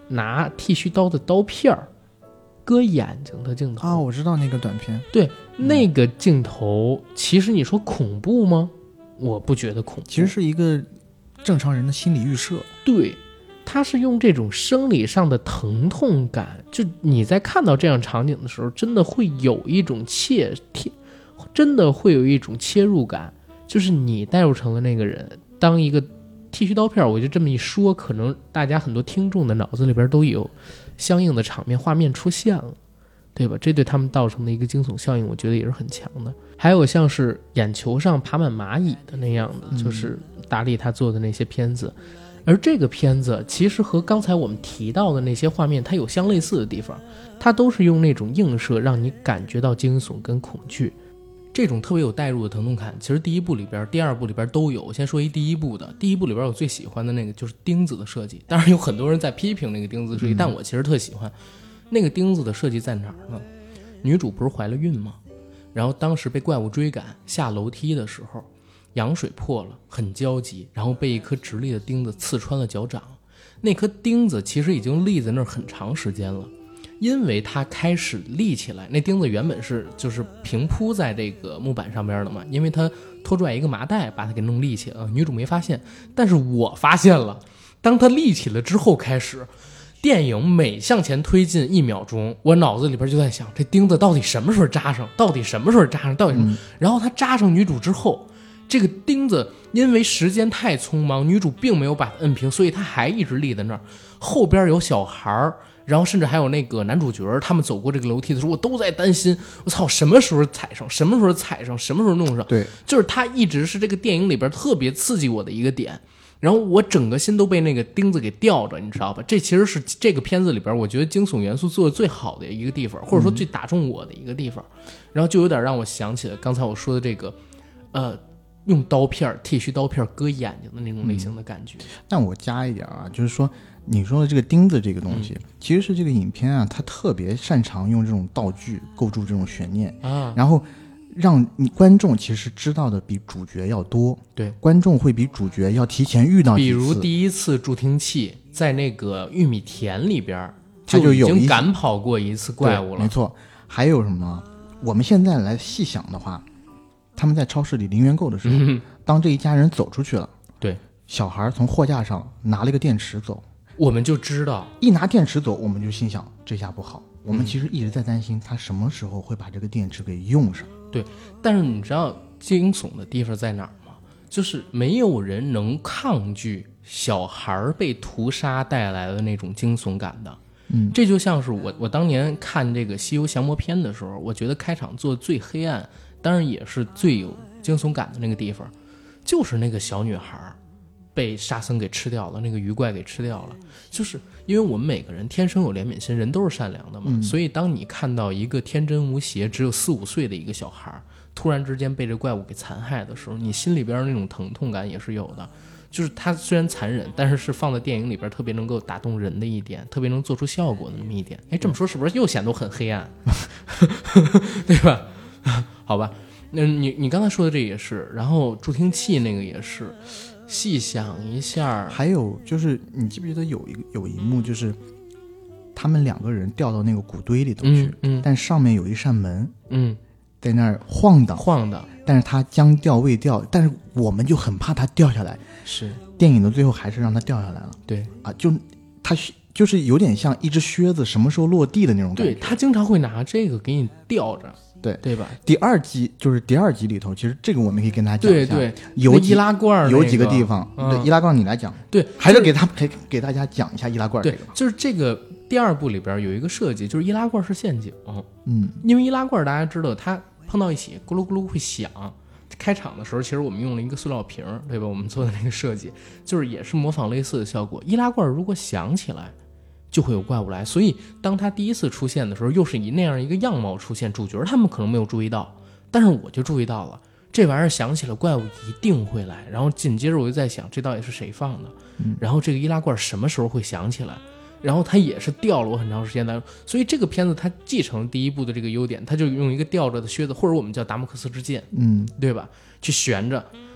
拿剃须刀的刀片儿割眼睛的镜头啊，我知道那个短片。 对，那个镜头其实你说恐怖吗？我不觉得恐怖， 其实是一个正常人的心理预设。 对，他是用这种生理上的疼痛感，就你在看到这样场景的时候，真的会有一种切贴，真的会有一种切入感，就是你带入成了那个人。当一个剃须刀片，我就这么一说，可能大家很多听众的脑子里边都有相应的场面画面出现了，对吧？这对他们造成的一个惊悚效应，我觉得也是很强的。还有像是眼球上爬满蚂蚁的那样的，就是达利他做的那些片子。而这个片子其实和刚才我们提到的那些画面它有相类似的地方，它都是用那种映射让你感觉到惊悚跟恐惧，这种特别有代入的疼痛感。其实第一部里边第二部里边都有。我先说一第一部的，第一部里边我最喜欢的那个就是钉子的设计，当然有很多人在批评那个钉子的设计、嗯、但我其实特喜欢那个钉子的设计。在哪儿呢？女主不是怀了孕吗？然后当时被怪物追赶下楼梯的时候，羊水破了，很焦急，然后被一颗直立的钉子刺穿了脚掌。那颗钉子其实已经立在那儿很长时间了，因为它开始立起来，那钉子原本是就是平铺在这个木板上边的嘛，因为它拖拽一个麻袋把它给弄立起来，女主没发现，但是我发现了。当它立起了之后，开始电影每向前推进一秒钟，我脑子里边就在想，这钉子到底什么时候扎上？到底什么时候扎上？到底什么？嗯、然后它扎上女主之后，这个钉子因为时间太匆忙，女主并没有把它摁平，所以它还一直立在那儿。后边有小孩，然后甚至还有那个男主角，他们走过这个楼梯的时候，我都在担心，我操，什么时候踩上？什么时候踩上？什么时候弄上？ 对， 就是它一直是这个电影里边特别刺激我的一个点。然后我整个心都被那个钉子给吊着，你知道吧？这其实是这个片子里边我觉得惊悚元素做的最好的一个地方，或者说最打中我的一个地方。然后就有点让我想起了刚才我说的这个呃用刀片剃须刀片割眼睛的那种类型的感觉。 嗯、但我加一点啊，就是说你说的这个钉子这个东西、嗯、其实是这个影片啊它特别擅长用这种道具构筑这种悬念啊，然后让你观众其实知道的比主角要多。 对， 观众会比主角要提前遇到几次。 比如第一次助听器在那个玉米田里边就已经赶跑过一次怪物了。 没错。还有什么呢？我们现在来细想的话，他们在超市里零元购的时候、嗯、当这一家人走出去了， 对， 小孩从货架上拿了一个电池走， 我们就知道一拿电池走，我们就心想这下不好。我们其实一直在担心他什么时候会把这个电池给用上。 对，但是你知道惊悚的地方在哪儿吗？就是没有人能抗拒小孩被屠杀带来的那种惊悚感的。嗯，这就像是我我当年看这个《西游降魔篇》的时候，我觉得开场做最黑暗，当然也是最有惊悚感的那个地方，就是那个小女孩被沙僧给吃掉了，那个鱼怪给吃掉了。就是因为我们每个人天生有怜悯心，人都是善良的嘛、嗯、所以当你看到一个天真无邪只有四五岁的一个小孩突然之间被这怪物给残害的时候，你心里边那种疼痛感也是有的。就是它虽然残忍，但是是放在电影里边特别能够打动人的一点，特别能做出效果的那么一点。哎，这么说是不是又显得我很黑暗？对吧？好吧，那你你刚才说的这也是，然后助听器那个也是。细想一下， 还有就是你记不记得有一个有一幕，就是他们两个人掉到那个谷堆里头去， 嗯嗯、 但上面有一扇门， 嗯， 在那儿晃荡晃荡， 但是它将掉未掉，但是我们就很怕它掉下来。 是电影的最后还是让它掉下来了。 对啊，就它就是有点像一只靴子什么时候落地的那种感觉。 对，他经常会拿这个给你吊着。 对对吧？ 第二集就是第二集里头，其实这个我们可以跟大家讲一下。 对对， 有易拉罐、那个、 有几个地方， 嗯、 对易拉罐你来讲。 对， 还是给他给给大家讲一下易拉罐这个吧。 对，就是这个第二部里边有一个设计，就是易拉罐是陷阱。 嗯， 因为易拉罐大家知道，它碰到一起咕噜咕噜会响。开场的时候，其实我们用了一个塑料瓶，对吧？我们做的那个设计，就是也是模仿类似的效果。易拉罐如果响起来，就会有怪物来，所以当他第一次出现的时候，又是以那样一个样貌出现，主角他们可能没有注意到，但是我就注意到了，这玩意儿响起了，怪物一定会来。然后紧接着我就在想，这到底是谁放的？ 嗯、 然后这个易拉罐什么时候会响起来？然后它也是吊了我很长时间的，所以这个片子它继承第一部的这个优点，它就用一个吊着的靴子，或者我们叫达摩克斯之剑， 嗯， 对吧？去悬着，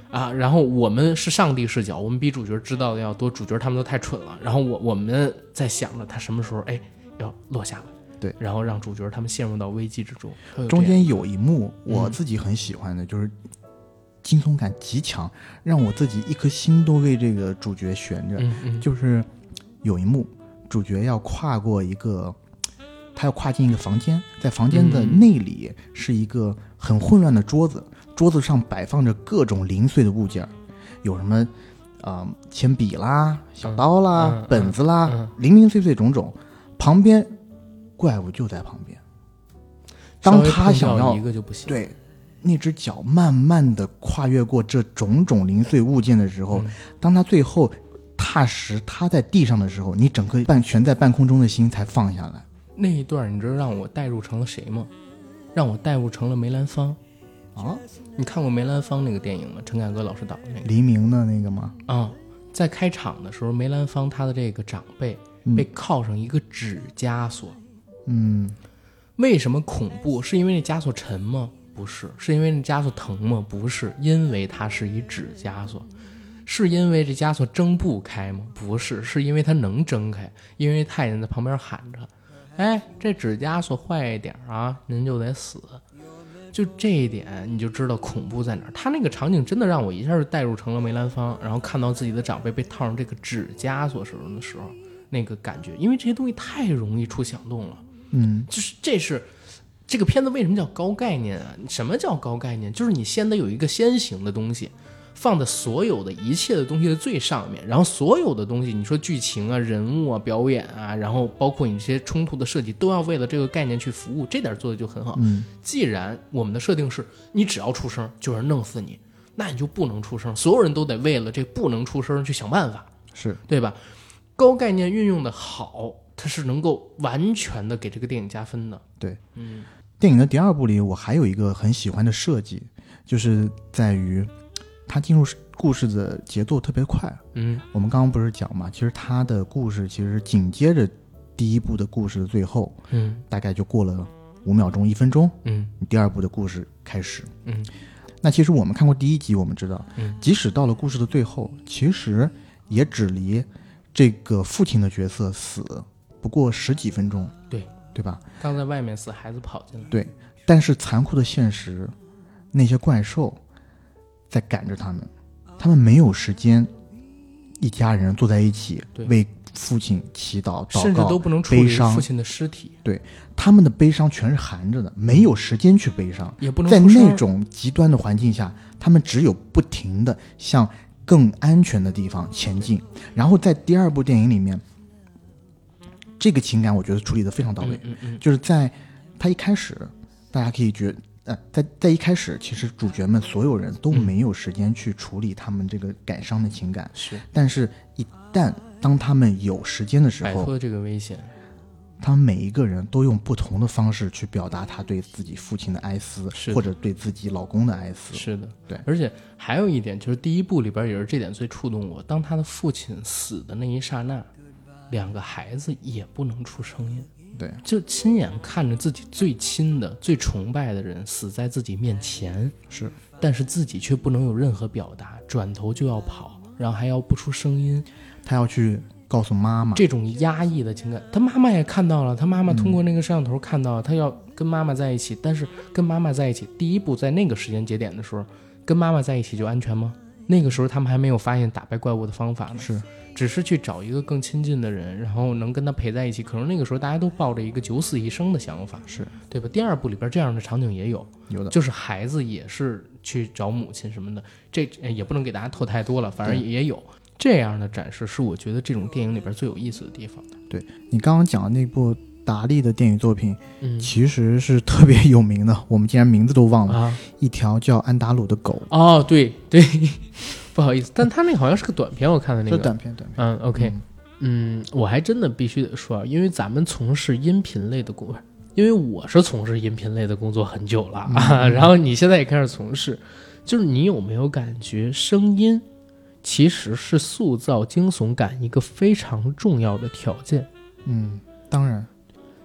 啊，然后我们是上帝视角，我们比主角知道的要多，主角他们都太蠢了。然后我我们在想着他什么时候哎要落下来， 对， 然后让主角他们陷入到危机之中。 中间有一幕我自己很喜欢的，嗯、就是惊悚感极强，让我自己一颗心都为这个主角悬着。 嗯嗯， 就是有一幕主角要跨过一个。他要跨进一个房间，在房间的内里是一个很混乱的桌子，嗯、桌子上摆放着各种零碎的物件，有什么呃铅笔啦、小刀啦、嗯、本子啦、嗯嗯，零零碎碎种种。旁边怪物就在旁边，当他想要一个就不行， 对那只脚慢慢的跨越过这种种零碎物件的时候，嗯、当他最后踏实踏在地上的时候，你整个半悬在半空中的心才放下来。 那一段你知道让我带入成了谁吗？让我带入成了梅兰芳啊！ 你看过梅兰芳那个电影吗？陈凯歌老师导的那个黎明的那个吗？ 啊、嗯，在开场的时候，梅兰芳他的这个长辈被铐上一个纸枷锁。 嗯， 为什么恐怖？是因为那枷锁沉吗？不是。是因为那枷锁疼吗？不是。因为它是一纸枷锁。是因为这枷锁睁不开吗？不是。是因为它能睁开，因为太监在旁边喊着。哎，这纸枷锁坏一点啊，您就得死。就这一点，你就知道恐怖在哪儿。他那个场景真的让我一下就带入成了梅兰芳，然后看到自己的长辈被套上这个纸枷锁时候的时候，那个感觉，因为这些东西太容易出响动了。 嗯， 就是这是这个片子为什么叫高概念啊？什么叫高概念？就是你先得有一个先行的东西。放在所有的一切的东西的最上面，然后所有的东西，你说剧情啊、人物啊、表演啊，然后包括你这些冲突的设计，都要为了这个概念去服务，这点做的就很好。 嗯， 既然我们的设定是你只要出声就是弄死你，那你就不能出声，所有人都得为了这不能出声去想办法， 是对吧？高概念运用的好，它是能够完全的给这个电影加分的。 对， 嗯， 电影的第二部里，我还有一个很喜欢的设计，就是在于。他进入故事的节奏特别快， 嗯， 我们刚刚不是讲嘛，其实他的故事其实紧接着第一部的故事的最后， 嗯， 大概就过了五秒钟、一分钟， 嗯， 第二部的故事开始， 嗯， 那其实我们看过第一集，我们知道， 嗯， 即使到了故事的最后，其实也只离这个父亲的角色死不过十几分钟， 对， 对吧？ 刚在外面死，孩子跑进来， 对，但是残酷的现实，那些怪兽。在赶着他们，他们没有时间，一家人坐在一起为父亲祈祷、祷告， 甚至都不能处理父亲的尸体。 对，他们的悲伤全是含着的，没有时间去悲伤， 也不能在那种极端的环境下，他们只有不停的向更安全的地方前进。然后在第二部电影里面，这个情感我觉得处理得非常到位， 嗯嗯嗯， 就是在他一开始，大家可以觉得。呃，在在一开始，其实主角们所有人都没有时间去处理他们这个感伤的情感， 是、嗯。 但是，一旦当他们有时间的时候， 摆脱这个危险， 他们每一个人都用不同的方式去表达他对自己父亲的哀思，或者对自己老公的哀思。 是的， 对。 而且还有一点，就是第一部里边也是这点最触动我。当他的父亲死的那一刹那，两个孩子也不能出声音。 对， 就亲眼看着自己最亲的、最崇拜的人死在自己面前， 是， 但是自己却不能有任何表达，转头就要跑，然后还要不出声音， 他要去告诉妈妈， 这种压抑的情感，他妈妈也看到了，他妈妈通过那个摄像头看到了，嗯、他要跟妈妈在一起，但是跟妈妈在一起，第一步在那个时间节点的时候，跟妈妈在一起就安全吗？那个时候他们还没有发现打败怪物的方法呢， 是。 只是去找一个更亲近的人，然后能跟他陪在一起。可能那个时候大家都抱着一个九死一生的想法， 是对吧？第二部里边这样的场景也有， 有的， 就是孩子也是去找母亲什么的，这也不能给大家透太多了，反正也有这样的展示，是我觉得这种电影里边最有意思的地方的。 对，你刚刚讲的那部达利的电影作品， 嗯， 其实是特别有名的，我们竟然名字都忘了， 啊、 一条叫安达鲁的狗。 哦，对对。不好意思，但他那个好像是个短片，我看的那个是短片，短片。 嗯 ，OK， 嗯, 嗯，我还真的必须得说，因为咱们从事音频类的工作，因为我是从事音频类的工作很久了、嗯啊、然后你现在也开始从事，就是你有没有感觉，声音其实是塑造惊悚感一个非常重要的条件？ 嗯，当然，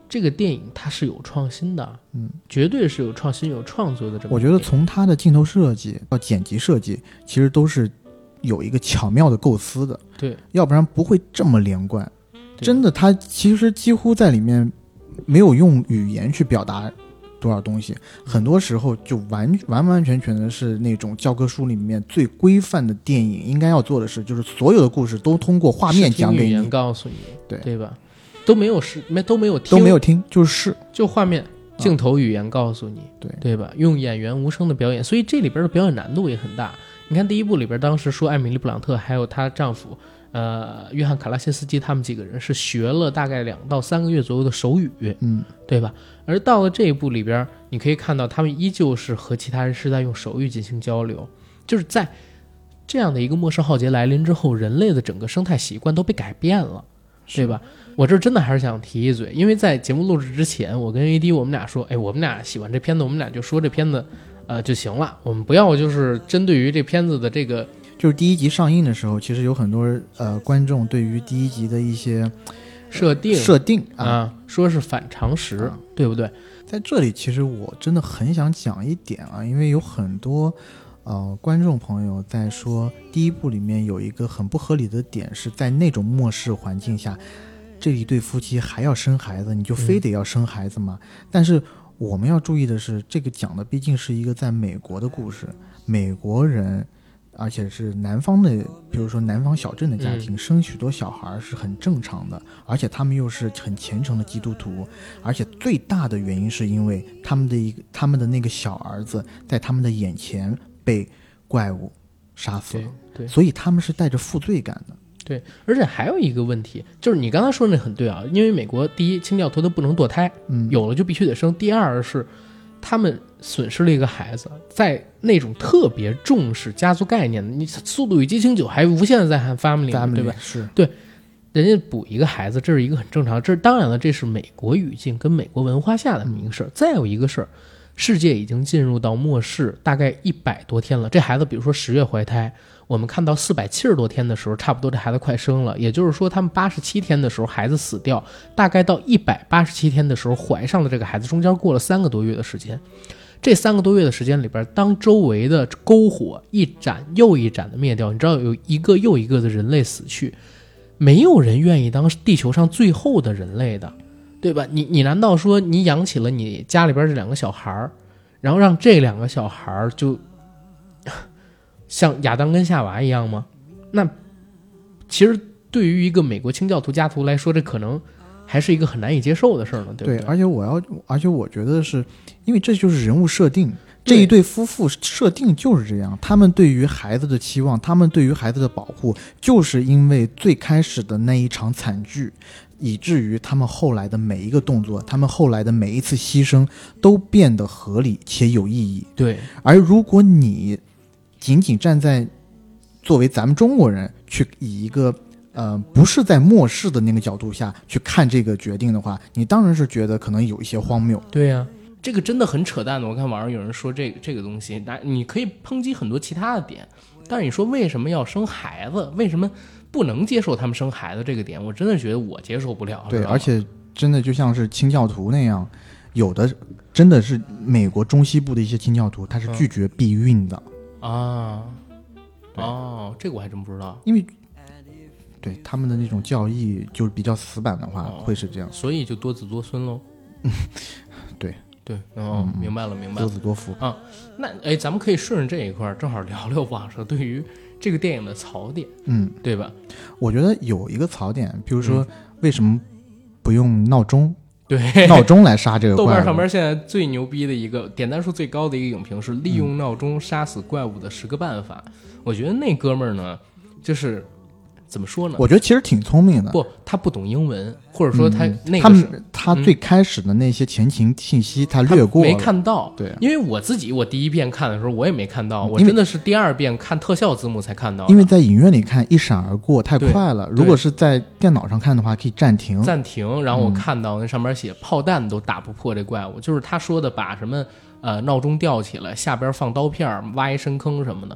这个电影它是有创新的， 嗯， 绝对是有创新有创作的这么。 我觉得从它的镜头设计到剪辑设计，其实都是有一个巧妙的构思的， 对， 要不然不会这么连贯。真的，它其实几乎在里面没有用语言去表达多少东西，很多时候就完完完全全的是那种教科书里面最规范的电影应该要做的事，就是所有的故事都通过画面讲给你， 告诉你， 对对吧？都没有是没都没有听都没有听，就是就画面镜头语言告诉你， 啊、对对吧？用演员无声的表演，所以这里边的表演难度也很大。你看第一部里边，当时说艾米丽·布朗特还有她丈夫呃约翰·卡拉辛斯基他们几个人是学了大概两到三个月左右的手语， 嗯， 对吧？而到了这一部里边，你可以看到他们依旧是和其他人是在用手语进行交流，就是在这样的一个末世浩劫来临之后，人类的整个生态习惯都被改变了，对吧？我这真的还是想提一嘴，因为在节目录制之前，我跟 A D 我们俩说，哎，我们俩喜欢这片子，我们俩就说这片子呃就行了，我们不要就是针对于这片子的这个， 就是第一集上映的时候，其实有很多呃观众对于第一集的一些设定设定 啊, 啊，说是反常识、啊，对不对？ 在这里，其实我真的很想讲一点啊，因为有很多呃观众朋友在说，第一部里面有一个很不合理的点，是在那种末世环境下，这一对夫妻还要生孩子，你就非得要生孩子吗？嗯、但是我们要注意的是，这个讲的毕竟是一个在美国的故事，美国人。而且是南方的，比如说南方小镇的家庭、嗯、生许多小孩是很正常的，而且他们又是很虔诚的基督徒，而且最大的原因是因为他们的一个他们的那个小儿子在他们的眼前被怪物杀死了， 对对， 所以他们是带着负罪感的。 对，而且还有一个问题，就是你刚才说的那很对啊，因为美国第一，清教徒都不能堕胎， 嗯， 有了就必须得生；第二是他们损失了一个孩子，在那种特别重视家族概念的，你《速度与激情九》还无限的在喊 family，, family 对吧？ 是对，人家补一个孩子，这是一个很正常。这当然了，这是美国语境跟美国文化下的一个事儿、嗯。再有一个事儿，世界已经进入到末世，大概一百多天了。这孩子，比如说十月怀胎，我们看到四百七十多天的时候，差不多这孩子快生了。也就是说，他们八十七天的时候孩子死掉，大概到一百八十七天的时候怀上了这个孩子，中间过了三个多月的时间。这三个多月的时间里边，当周围的篝火一盏又一盏的灭掉，你知道有一个又一个的人类死去，没有人愿意当地球上最后的人类的，对吧？你你难道说你养起了你家里边这两个小孩，然后让这两个小孩就像亚当跟夏娃一样吗？那其实对于一个美国清教徒家族来说，这可能还是一个很难以接受的事儿呢，对不对？ 对，而且我要，而且我觉得是因为这就是人物设定，这一对夫妇设定就是这样，他们对于孩子的期望，他们对于孩子的保护，就是因为最开始的那一场惨剧，以至于他们后来的每一个动作，他们后来的每一次牺牲都变得合理且有意义。 对， 而如果你仅仅站在作为咱们中国人去以一个呃，不是在末世的那个角度下去看这个决定的话，你当然是觉得可能有一些荒谬。 对呀、啊，这个真的很扯淡的。我看网上有人说这个这个东西，那你可以抨击很多其他的点，但是你说为什么要生孩子，为什么不能接受他们生孩子这个点，我真的觉得我接受不了。 对，而且真的就像是清教徒那样，有的真的是美国中西部的一些清教徒，他是拒绝避孕的、 嗯、啊。哦，这个我还真不知道， 因为。对他们的那种教义就是比较死板的话、哦、会是这样， 所以就多子多孙喽。 对对，哦、嗯，明白了明白了， 多子多福啊。那哎，咱们可以顺着这一块正好聊聊网上对于这个电影的槽点， 嗯， 对吧？ 我觉得有一个槽点，比如说为什么不用闹钟？ 对， 闹钟来杀这个怪物。 豆瓣上面现在最牛逼的一个点赞数最高的一个影评是利用闹钟杀死怪物的十个办法、嗯、我觉得那哥们儿呢就是怎么说呢， 我觉得其实挺聪明的。 不，他不懂英文，或者说他那个、嗯、 他们他最开始的那些前情信息他略过了， 没看到。 对， 因为我自己我第一遍看的时候我也没看到，我真的是第二遍看特效字幕才看到。 因为在影院里看一闪而过太快了，如果是在电脑上看的话可以暂停暂停，然后我看到那上面写、嗯、炮弹都打不破这怪物，就是他说的把什么呃闹钟吊起来，下边放刀片挖一深坑什么的，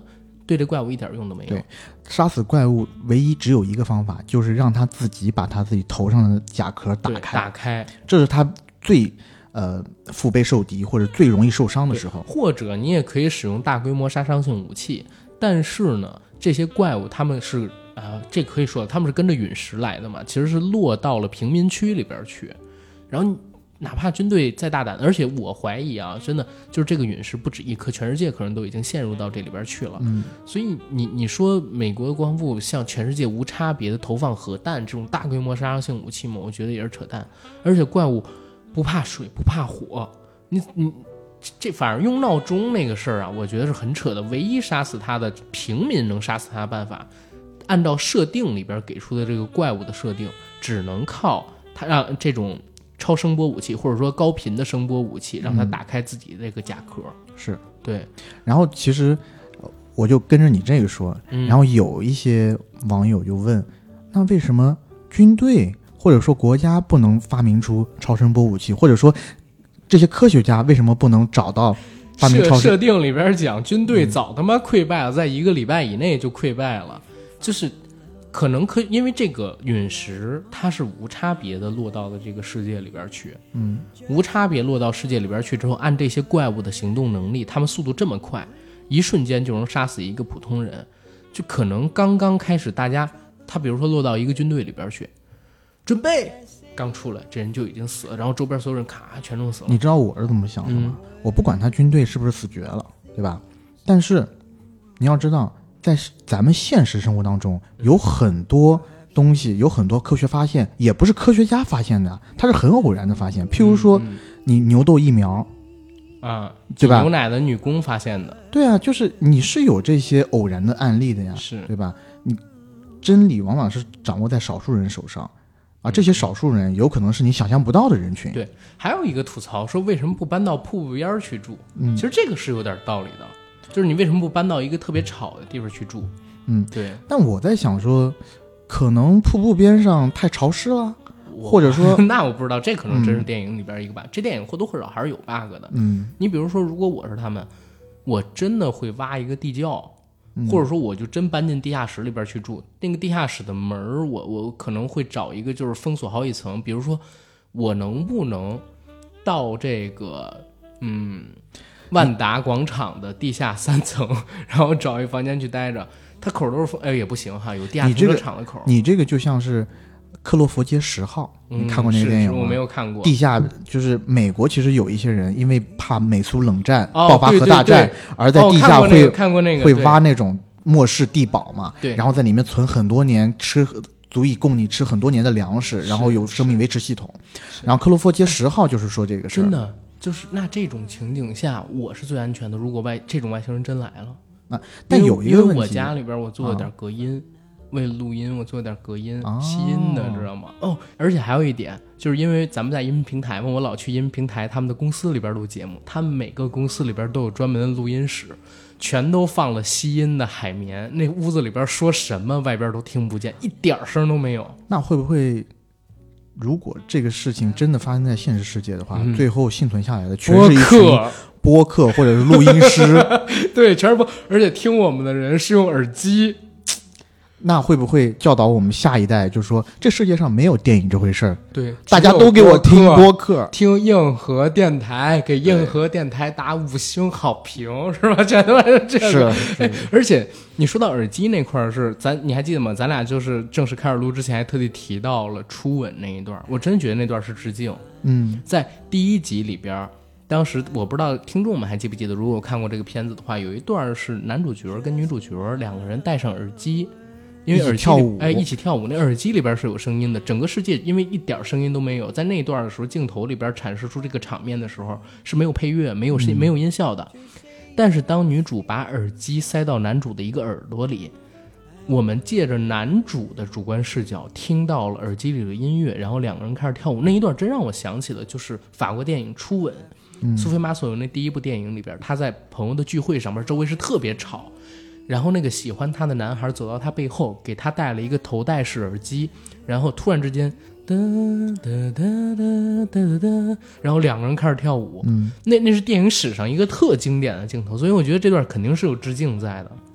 对这怪物一点用都没有。 对，杀死怪物唯一只有一个方法，就是让他自己把他自己头上的甲壳打开， 打开， 这是他最呃腹背受敌或者最容易受伤的时候。 或者你也可以使用大规模杀伤性武器，但是呢，这些怪物他们是啊、呃，这可以说他们是跟着陨石来的嘛，其实是落到了平民区里边去，然后哪怕军队再大胆，而且我怀疑啊，真的就是这个陨石不止一颗，全世界可能都已经陷入到这里边去了。 嗯， 所以你你说美国国防部向全世界无差别的投放核弹这种大规模杀伤性武器嘛，我觉得也是扯淡。而且怪物不怕水不怕火，你你这反而用闹钟那个事儿啊，我觉得是很扯的。唯一杀死他的平民能杀死他的办法，按照设定里边给出的这个怪物的设定，只能靠他让这种超声波武器或者说高频的声波武器让他打开自己的这个甲壳。 嗯、是对。 然后其实我就跟着你这个说、 嗯、 然后有一些网友就问，那为什么军队或者说国家不能发明出超声波武器，或者说这些科学家为什么不能找到发明超声？ 设定里边讲军队早他妈溃败了、嗯、在一个礼拜以内就溃败了，就是可能可因为这个陨石它是无差别的落到了这个世界里边去， 嗯， 无差别落到世界里边去之后，按这些怪物的行动能力，他们速度这么快，一瞬间就能杀死一个普通人，就可能刚刚开始大家他比如说落到一个军队里边去，准备刚出来这人就已经死了，然后周边所有人咔全都死了。 你知道我是怎么想的吗、嗯、我不管他军队是不是死绝了，对吧？但是你要知道在咱们现实生活当中有很多东西，有很多科学发现也不是科学家发现的，它是很偶然的发现。譬如说你牛痘疫苗啊， 对吧？ 牛奶的女工发现的。 对啊，就是你是有这些偶然的案例的呀， 是对吧？你真理往往是掌握在少数人手上啊，这些少数人有可能是你想象不到的人群。 对，还有一个吐槽说为什么不搬到瀑布边去住？ 嗯， 其实这个是有点道理的，就是你为什么不搬到一个特别吵的地方去住？ 嗯， 对。 但我在想说，可能瀑布边上太潮湿了，或者说那我不知道，这可能真是电影里边一个 bug、嗯、这电影或多或少还是有 bug 的。 嗯， 你比如说，如果我是他们，我真的会挖一个地窖。或者说我就真搬进地下室里边去住，那个地下室的门我我可能会找一个就是封锁好几层，比如说我能不能到这个嗯万达广场的地下三层，然后找一房间去待着，它口都是封，哎也不行哈，有地下停车场的口。 你这个你这个就像是克洛佛街十号、嗯、你看过那个电影吗？ 我没有看过。 地下就是美国其实有一些人因为怕美苏冷战、 哦、 爆发核大战， 对对对， 而在地下会、哦、 看过那个看过那个会挖那种末世地堡嘛， 对， 然后在里面存很多年，吃足以供你吃很多年的粮食，然后有生命维持系统。然后克洛佛街十号就是说这个事儿。 真的就是那这种情景下我是最安全的，如果外这种外星人真来了。 啊，但有一个问题， 因为我家里边我做了点隔音、啊为了录音我做点隔音、哦、吸音的知道吗？哦，而且还有一点就是因为咱们在音频平台嘛，我老去音频平台他们的公司里边录节目，他们每个公司里边都有专门的录音室，全都放了吸音的海绵，那屋子里边说什么外边都听不见，一点声都没有。 那会不会如果这个事情真的发生在现实世界的话、 嗯、 最后幸存下来的全是一群播客或者是录音师对，全是播，而且听我们的人是用耳机。 那会不会教导我们下一代，就是说这世界上没有电影这回事儿？ 对， 大家都给我听播客， 听硬核电台，给硬核电台打五星好评，是吧？全都是这个。是、哎，而且你说到耳机那块儿，是咱你还记得吗？咱俩就是正式开始录之前，还特地提到了初吻那一段，我真觉得那段是致敬。 嗯， 在第一集里边。当时我不知道听众们还记不记得，如果我看过这个片子的话，有一段是男主角跟女主角两个人戴上耳机，因为耳机跳舞， 哎，一起跳舞。那耳机里边是有声音的，整个世界因为一点声音都没有。在那段的时候，镜头里边阐释出这个场面的时候是没有配乐、没有、嗯、没有音效的。但是当女主把耳机塞到男主的一个耳朵里，我们借着男主的主观视角听到了耳机里的音乐，然后两个人开始跳舞。那一段真让我想起了就是法国电影《初吻》。 嗯、 苏菲玛索有那第一部电影里边，他在朋友的聚会上面，周围是特别吵，然后那个喜欢他的男孩走到他背后，给他戴了一个头戴式耳机，然后突然之间哒哒哒哒哒哒，然后两个人开始跳舞。 嗯， 那那是电影史上一个特经典的镜头，所以我觉得这段肯定是有致敬在的。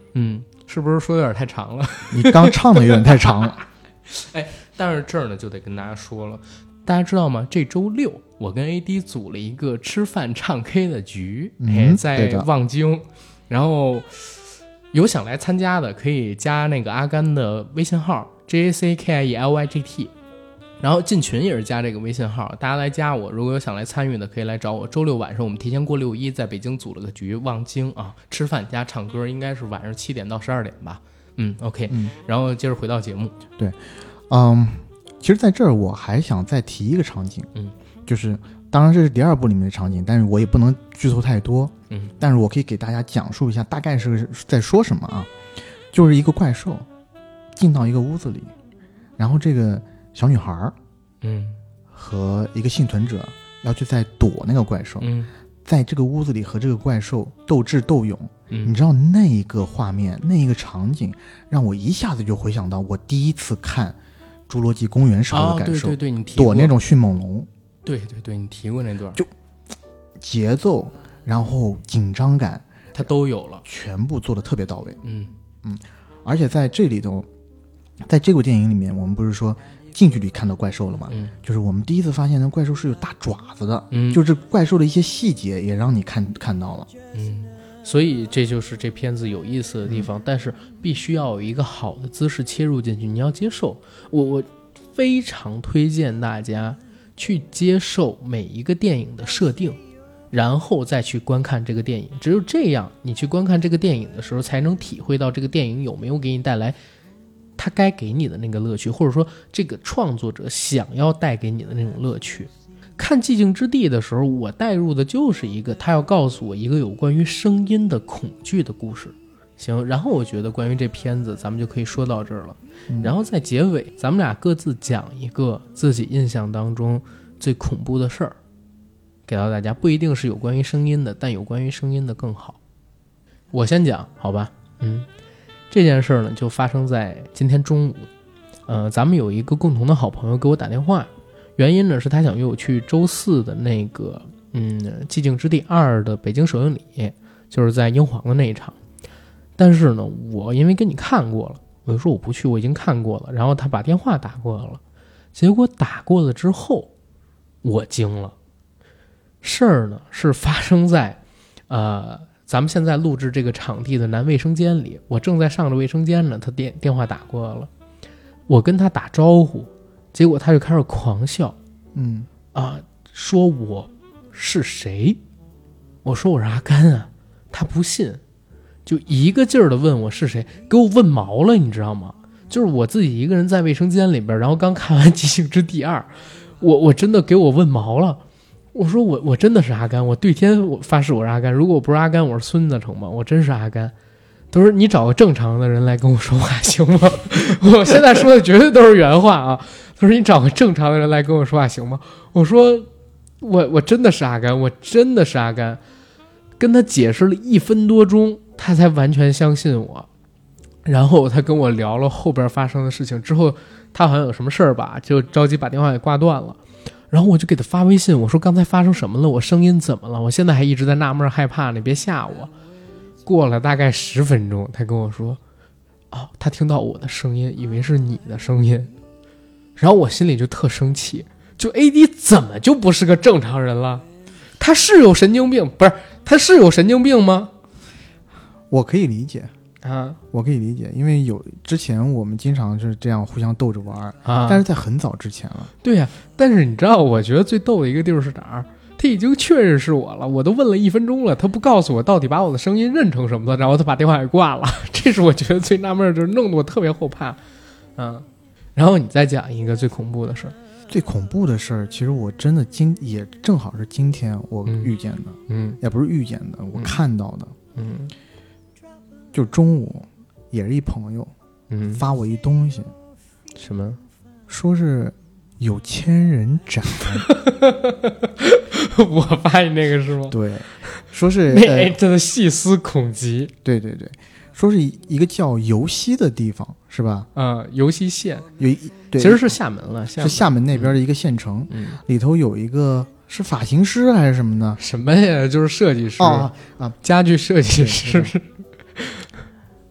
嗯，是不是说有点太长了？ 你刚唱的有点太长了。 哎，但是这儿呢就得跟大家说了，大家知道吗？这周六我跟 A D 组了一个吃饭唱 K 的局， 嗯哎，在对的望京，然后有想来参加的可以加那个阿甘的微信号 J A C K I E L Y G T， 然后进群也是加这个微信号，大家来加我，如果有想来参与的可以来找我。周六晚上我们提前过六一，在北京组了个局，望京啊，吃饭加唱歌，应该是晚上七点到十二点吧。嗯 ，OK， 嗯， 然后接着回到节目， 对，嗯，其实在这儿我还想再提一个场景， 嗯， 就是当然这是第二部里面的场景，但是我也不能剧透太多， 嗯， 但是我可以给大家讲述一下大概是在说什么啊，就是一个怪兽进到一个屋子里，然后这个小女孩嗯和一个幸存者要去在躲那个怪兽， 嗯在这个屋子里和这个怪兽斗智斗勇， 嗯， 你知道那一个画面那一个场景让我一下子就回想到我第一次看侏罗纪公园时候的感受， 哦、对对对，你提过躲那种迅猛龙， 对对对，你提过那段， 就节奏然后紧张感它都有了， 全部做得特别到位。 嗯嗯，而且在这里头，在这部电影里面，我们不是说近距离看到怪兽了吗？ 嗯， 就是我们第一次发现那怪兽是有大爪子的， 嗯， 就是怪兽的一些细节也让你看看到了。 嗯，所以这就是这片子有意思的地方，嗯、但是必须要有一个好的姿势切入进去，你要接受。我我非常推荐大家去接受每一个电影的设定，然后再去观看这个电影。只有这样，你去观看这个电影的时候，才能体会到这个电影有没有给你带来他该给你的那个乐趣，或者说这个创作者想要带给你的那种乐趣。看寂静之地的时候，我带入的就是一个他要告诉我一个有关于声音的恐惧的故事。行，然后我觉得关于这片子咱们就可以说到这儿了、嗯、然后在结尾咱们俩各自讲一个自己印象当中最恐怖的事儿给到大家，不一定是有关于声音的，但有关于声音的更好。我先讲好吧。嗯，这件事呢就发生在今天中午，呃，咱们有一个共同的好朋友给我打电话，原因呢是他想约我去周四的那个嗯寂静之地二的北京首映礼，就是在英皇的那一场。但是呢我因为跟你看过了，我就说我不去，我已经看过了。然后他把电话打过来了，结果打过了之后我惊了。事儿呢是发生在呃咱们现在录制这个场地的男卫生间里，我正在上着卫生间呢，他电电话打过来了，我跟他打招呼，结果他就开始狂笑， 嗯啊，说我是谁？我说我是阿甘啊，他不信，就一个劲儿的问我是谁，给我问毛了，你知道吗？就是我自己一个人在卫生间里边，然后刚看完《寂静之地二》，我我真的给我问毛了。我说我我真的是阿甘，我对天我发誓我是阿甘，如果我不是阿甘，我是孙子成吗？我真是阿甘。他说你找个正常的人来跟我说话行吗？我现在说的绝对都是原话啊。他说你找个正常的人来跟我说话行吗？我说我我真的是阿甘，我真的是阿甘。跟他解释了一分多钟，他才完全相信我。然后他跟我聊了后边发生的事情之后，他好像有什么事儿吧，就着急把电话给挂断了。然后我就给他发微信，我说刚才发生什么了？我声音怎么了？我现在还一直在纳闷害怕呢，别吓我。过了大概十分钟，他跟我说哦，他听到我的声音以为是你的声音。然后我心里就特生气，就 A D 怎么就不是个正常人了？他是有神经病，不是他是有神经病吗？ 我可以理解啊， 我可以理解，因为有之前我们经常是这样互相逗着玩啊， 但是在很早之前了。 对呀、啊，但是你知道，我觉得最逗的一个地儿是哪儿？他已经确认是我了，我都问了一分钟了，他不告诉我到底把我的声音认成什么的，然后他把电话给挂了，这是我觉得最纳闷，就是弄得我特别后怕。嗯，然后你再讲一个最恐怖的事儿。 最恐怖的事儿，其实我真的今也正好是今天我遇见的， 嗯， 也不是遇见的，我看到的， 嗯， 就中午也是一朋友， 嗯， 发我一东西， 什么？ 说是有千人斩， 我发你那个是吗？ 对，说是那、呃、真的细思恐极， 对对对。说是一个叫尤溪的地方，是吧？ 啊、呃，尤溪县有一对， 其实是厦门了，厦门是厦门那边的一个县城， 嗯， 里头有一个是发型师还是什么的？ 什么呀？就是设计师啊啊， 家具设计师。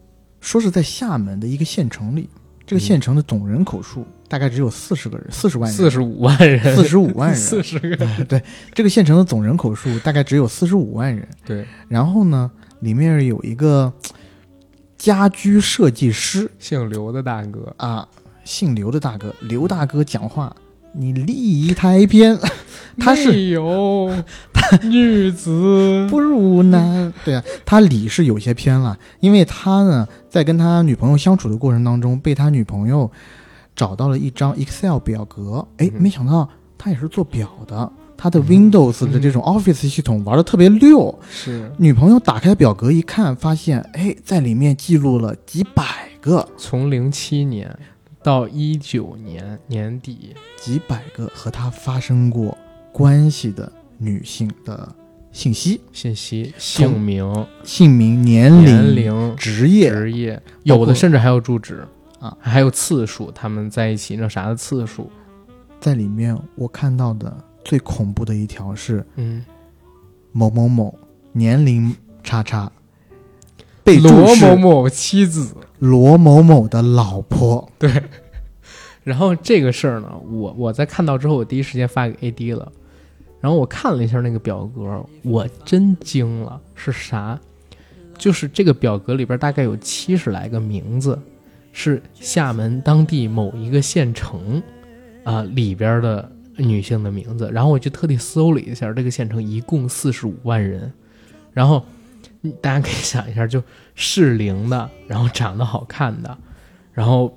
说是在厦门的一个县城里，这个县城的总人口数大概只有四十个人，四十万人， 四十五万人， 四十五万人， 四十个人。 对，这个县城的总人口数大概只有四十五万人。 对， 然后呢，里面有一个家居设计师， 姓刘的大哥啊，姓刘的大哥，刘大哥讲话，你立台偏，他是没有女子不如男，对啊，他理是有些偏了，因为他呢在跟他女朋友相处的过程当中，被他女朋友找到了一张 Excel 表格，哎，没想到他也是做表的，他的 Windows 的这种 Office 系统玩的特别溜， 是女朋友打开表格一看，发现哎，在里面记录了几百个， 从零七年到一九年年底， 几百个和他发生过关系的女性的信息、 信息、姓名、 姓名、年龄、 年龄、 职业、 职业，有的甚至还有住址啊， 还有次数，他们在一起那啥的次数。 在里面我看到的最恐怖的一条是， 嗯， 某某某年龄叉叉，备注罗是某某妻子， 罗某某的老婆。 对。然后这个事儿呢，我我在看到之后，我第一时间发给 A D 了。然后我看了一下那个表格，我真惊了，是啥？就是这个表格里边大概有七十来个名字，是厦门当地某一个县城啊、呃、里边的女性的名字。然后我就特地搜了一下，这个县城一共四十五万人。然后大家可以想一下，就适龄的，然后长得好看的，然后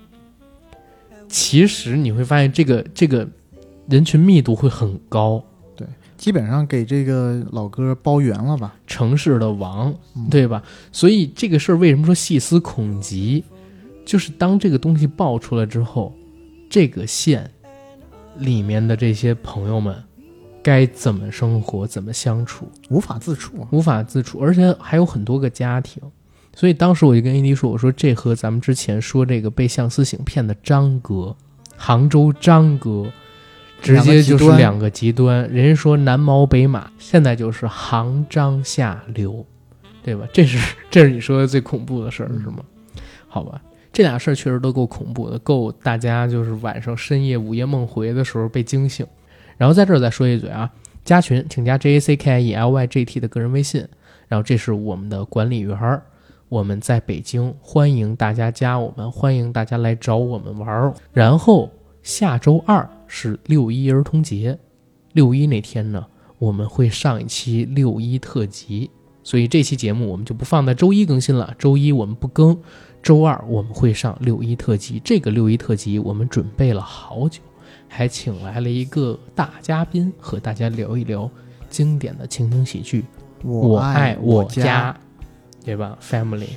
其实你会发现这个这个人群密度会很高。 对，基本上给这个老哥包圆了吧， 城市的王， 嗯、 对吧？所以这个事儿为什么说细思恐极，就是当这个东西爆出来之后，这个县里面的这些朋友们该怎么生活，怎么相处， 无法自处， 无法自处，而且还有很多个家庭。所以当时我就跟 A D 说，我说这和咱们之前说这个被相思醒骗的张哥，杭州张哥，直接就是两个极端。人家说南毛北马，现在就是杭张下流，对吧？这是这是你说的最恐怖的事儿，是吗？好吧，这俩事儿确实都够恐怖的，够大家就是晚上深夜午夜梦回的时候被惊醒。然后在这儿再说一嘴啊，加群请加 J A C K I E L Y G T 的个人微信，然后这是我们的管理员，我们在北京，欢迎大家加我们，欢迎大家来找我们玩。然后下周二是六一儿童节，六一那天呢，我们会上一期六一特辑，所以这期节目我们就不放在周一更新了，周一我们不更，周二我们会上六一特辑。这个六一特辑我们准备了好久，还请来了一个大嘉宾和大家聊一聊经典的情景喜剧我爱我家，对吧 Family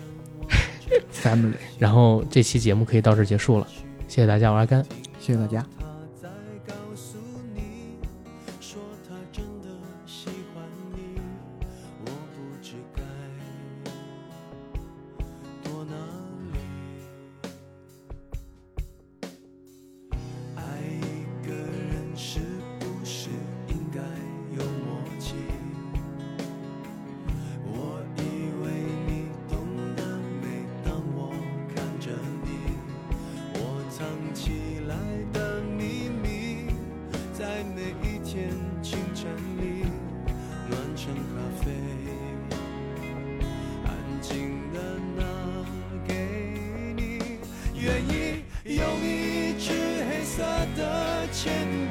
Family 然后这期节目可以到这儿结束了，谢谢大家，我是阿甘， 谢谢大家。 愿意用一支黑色的铅笔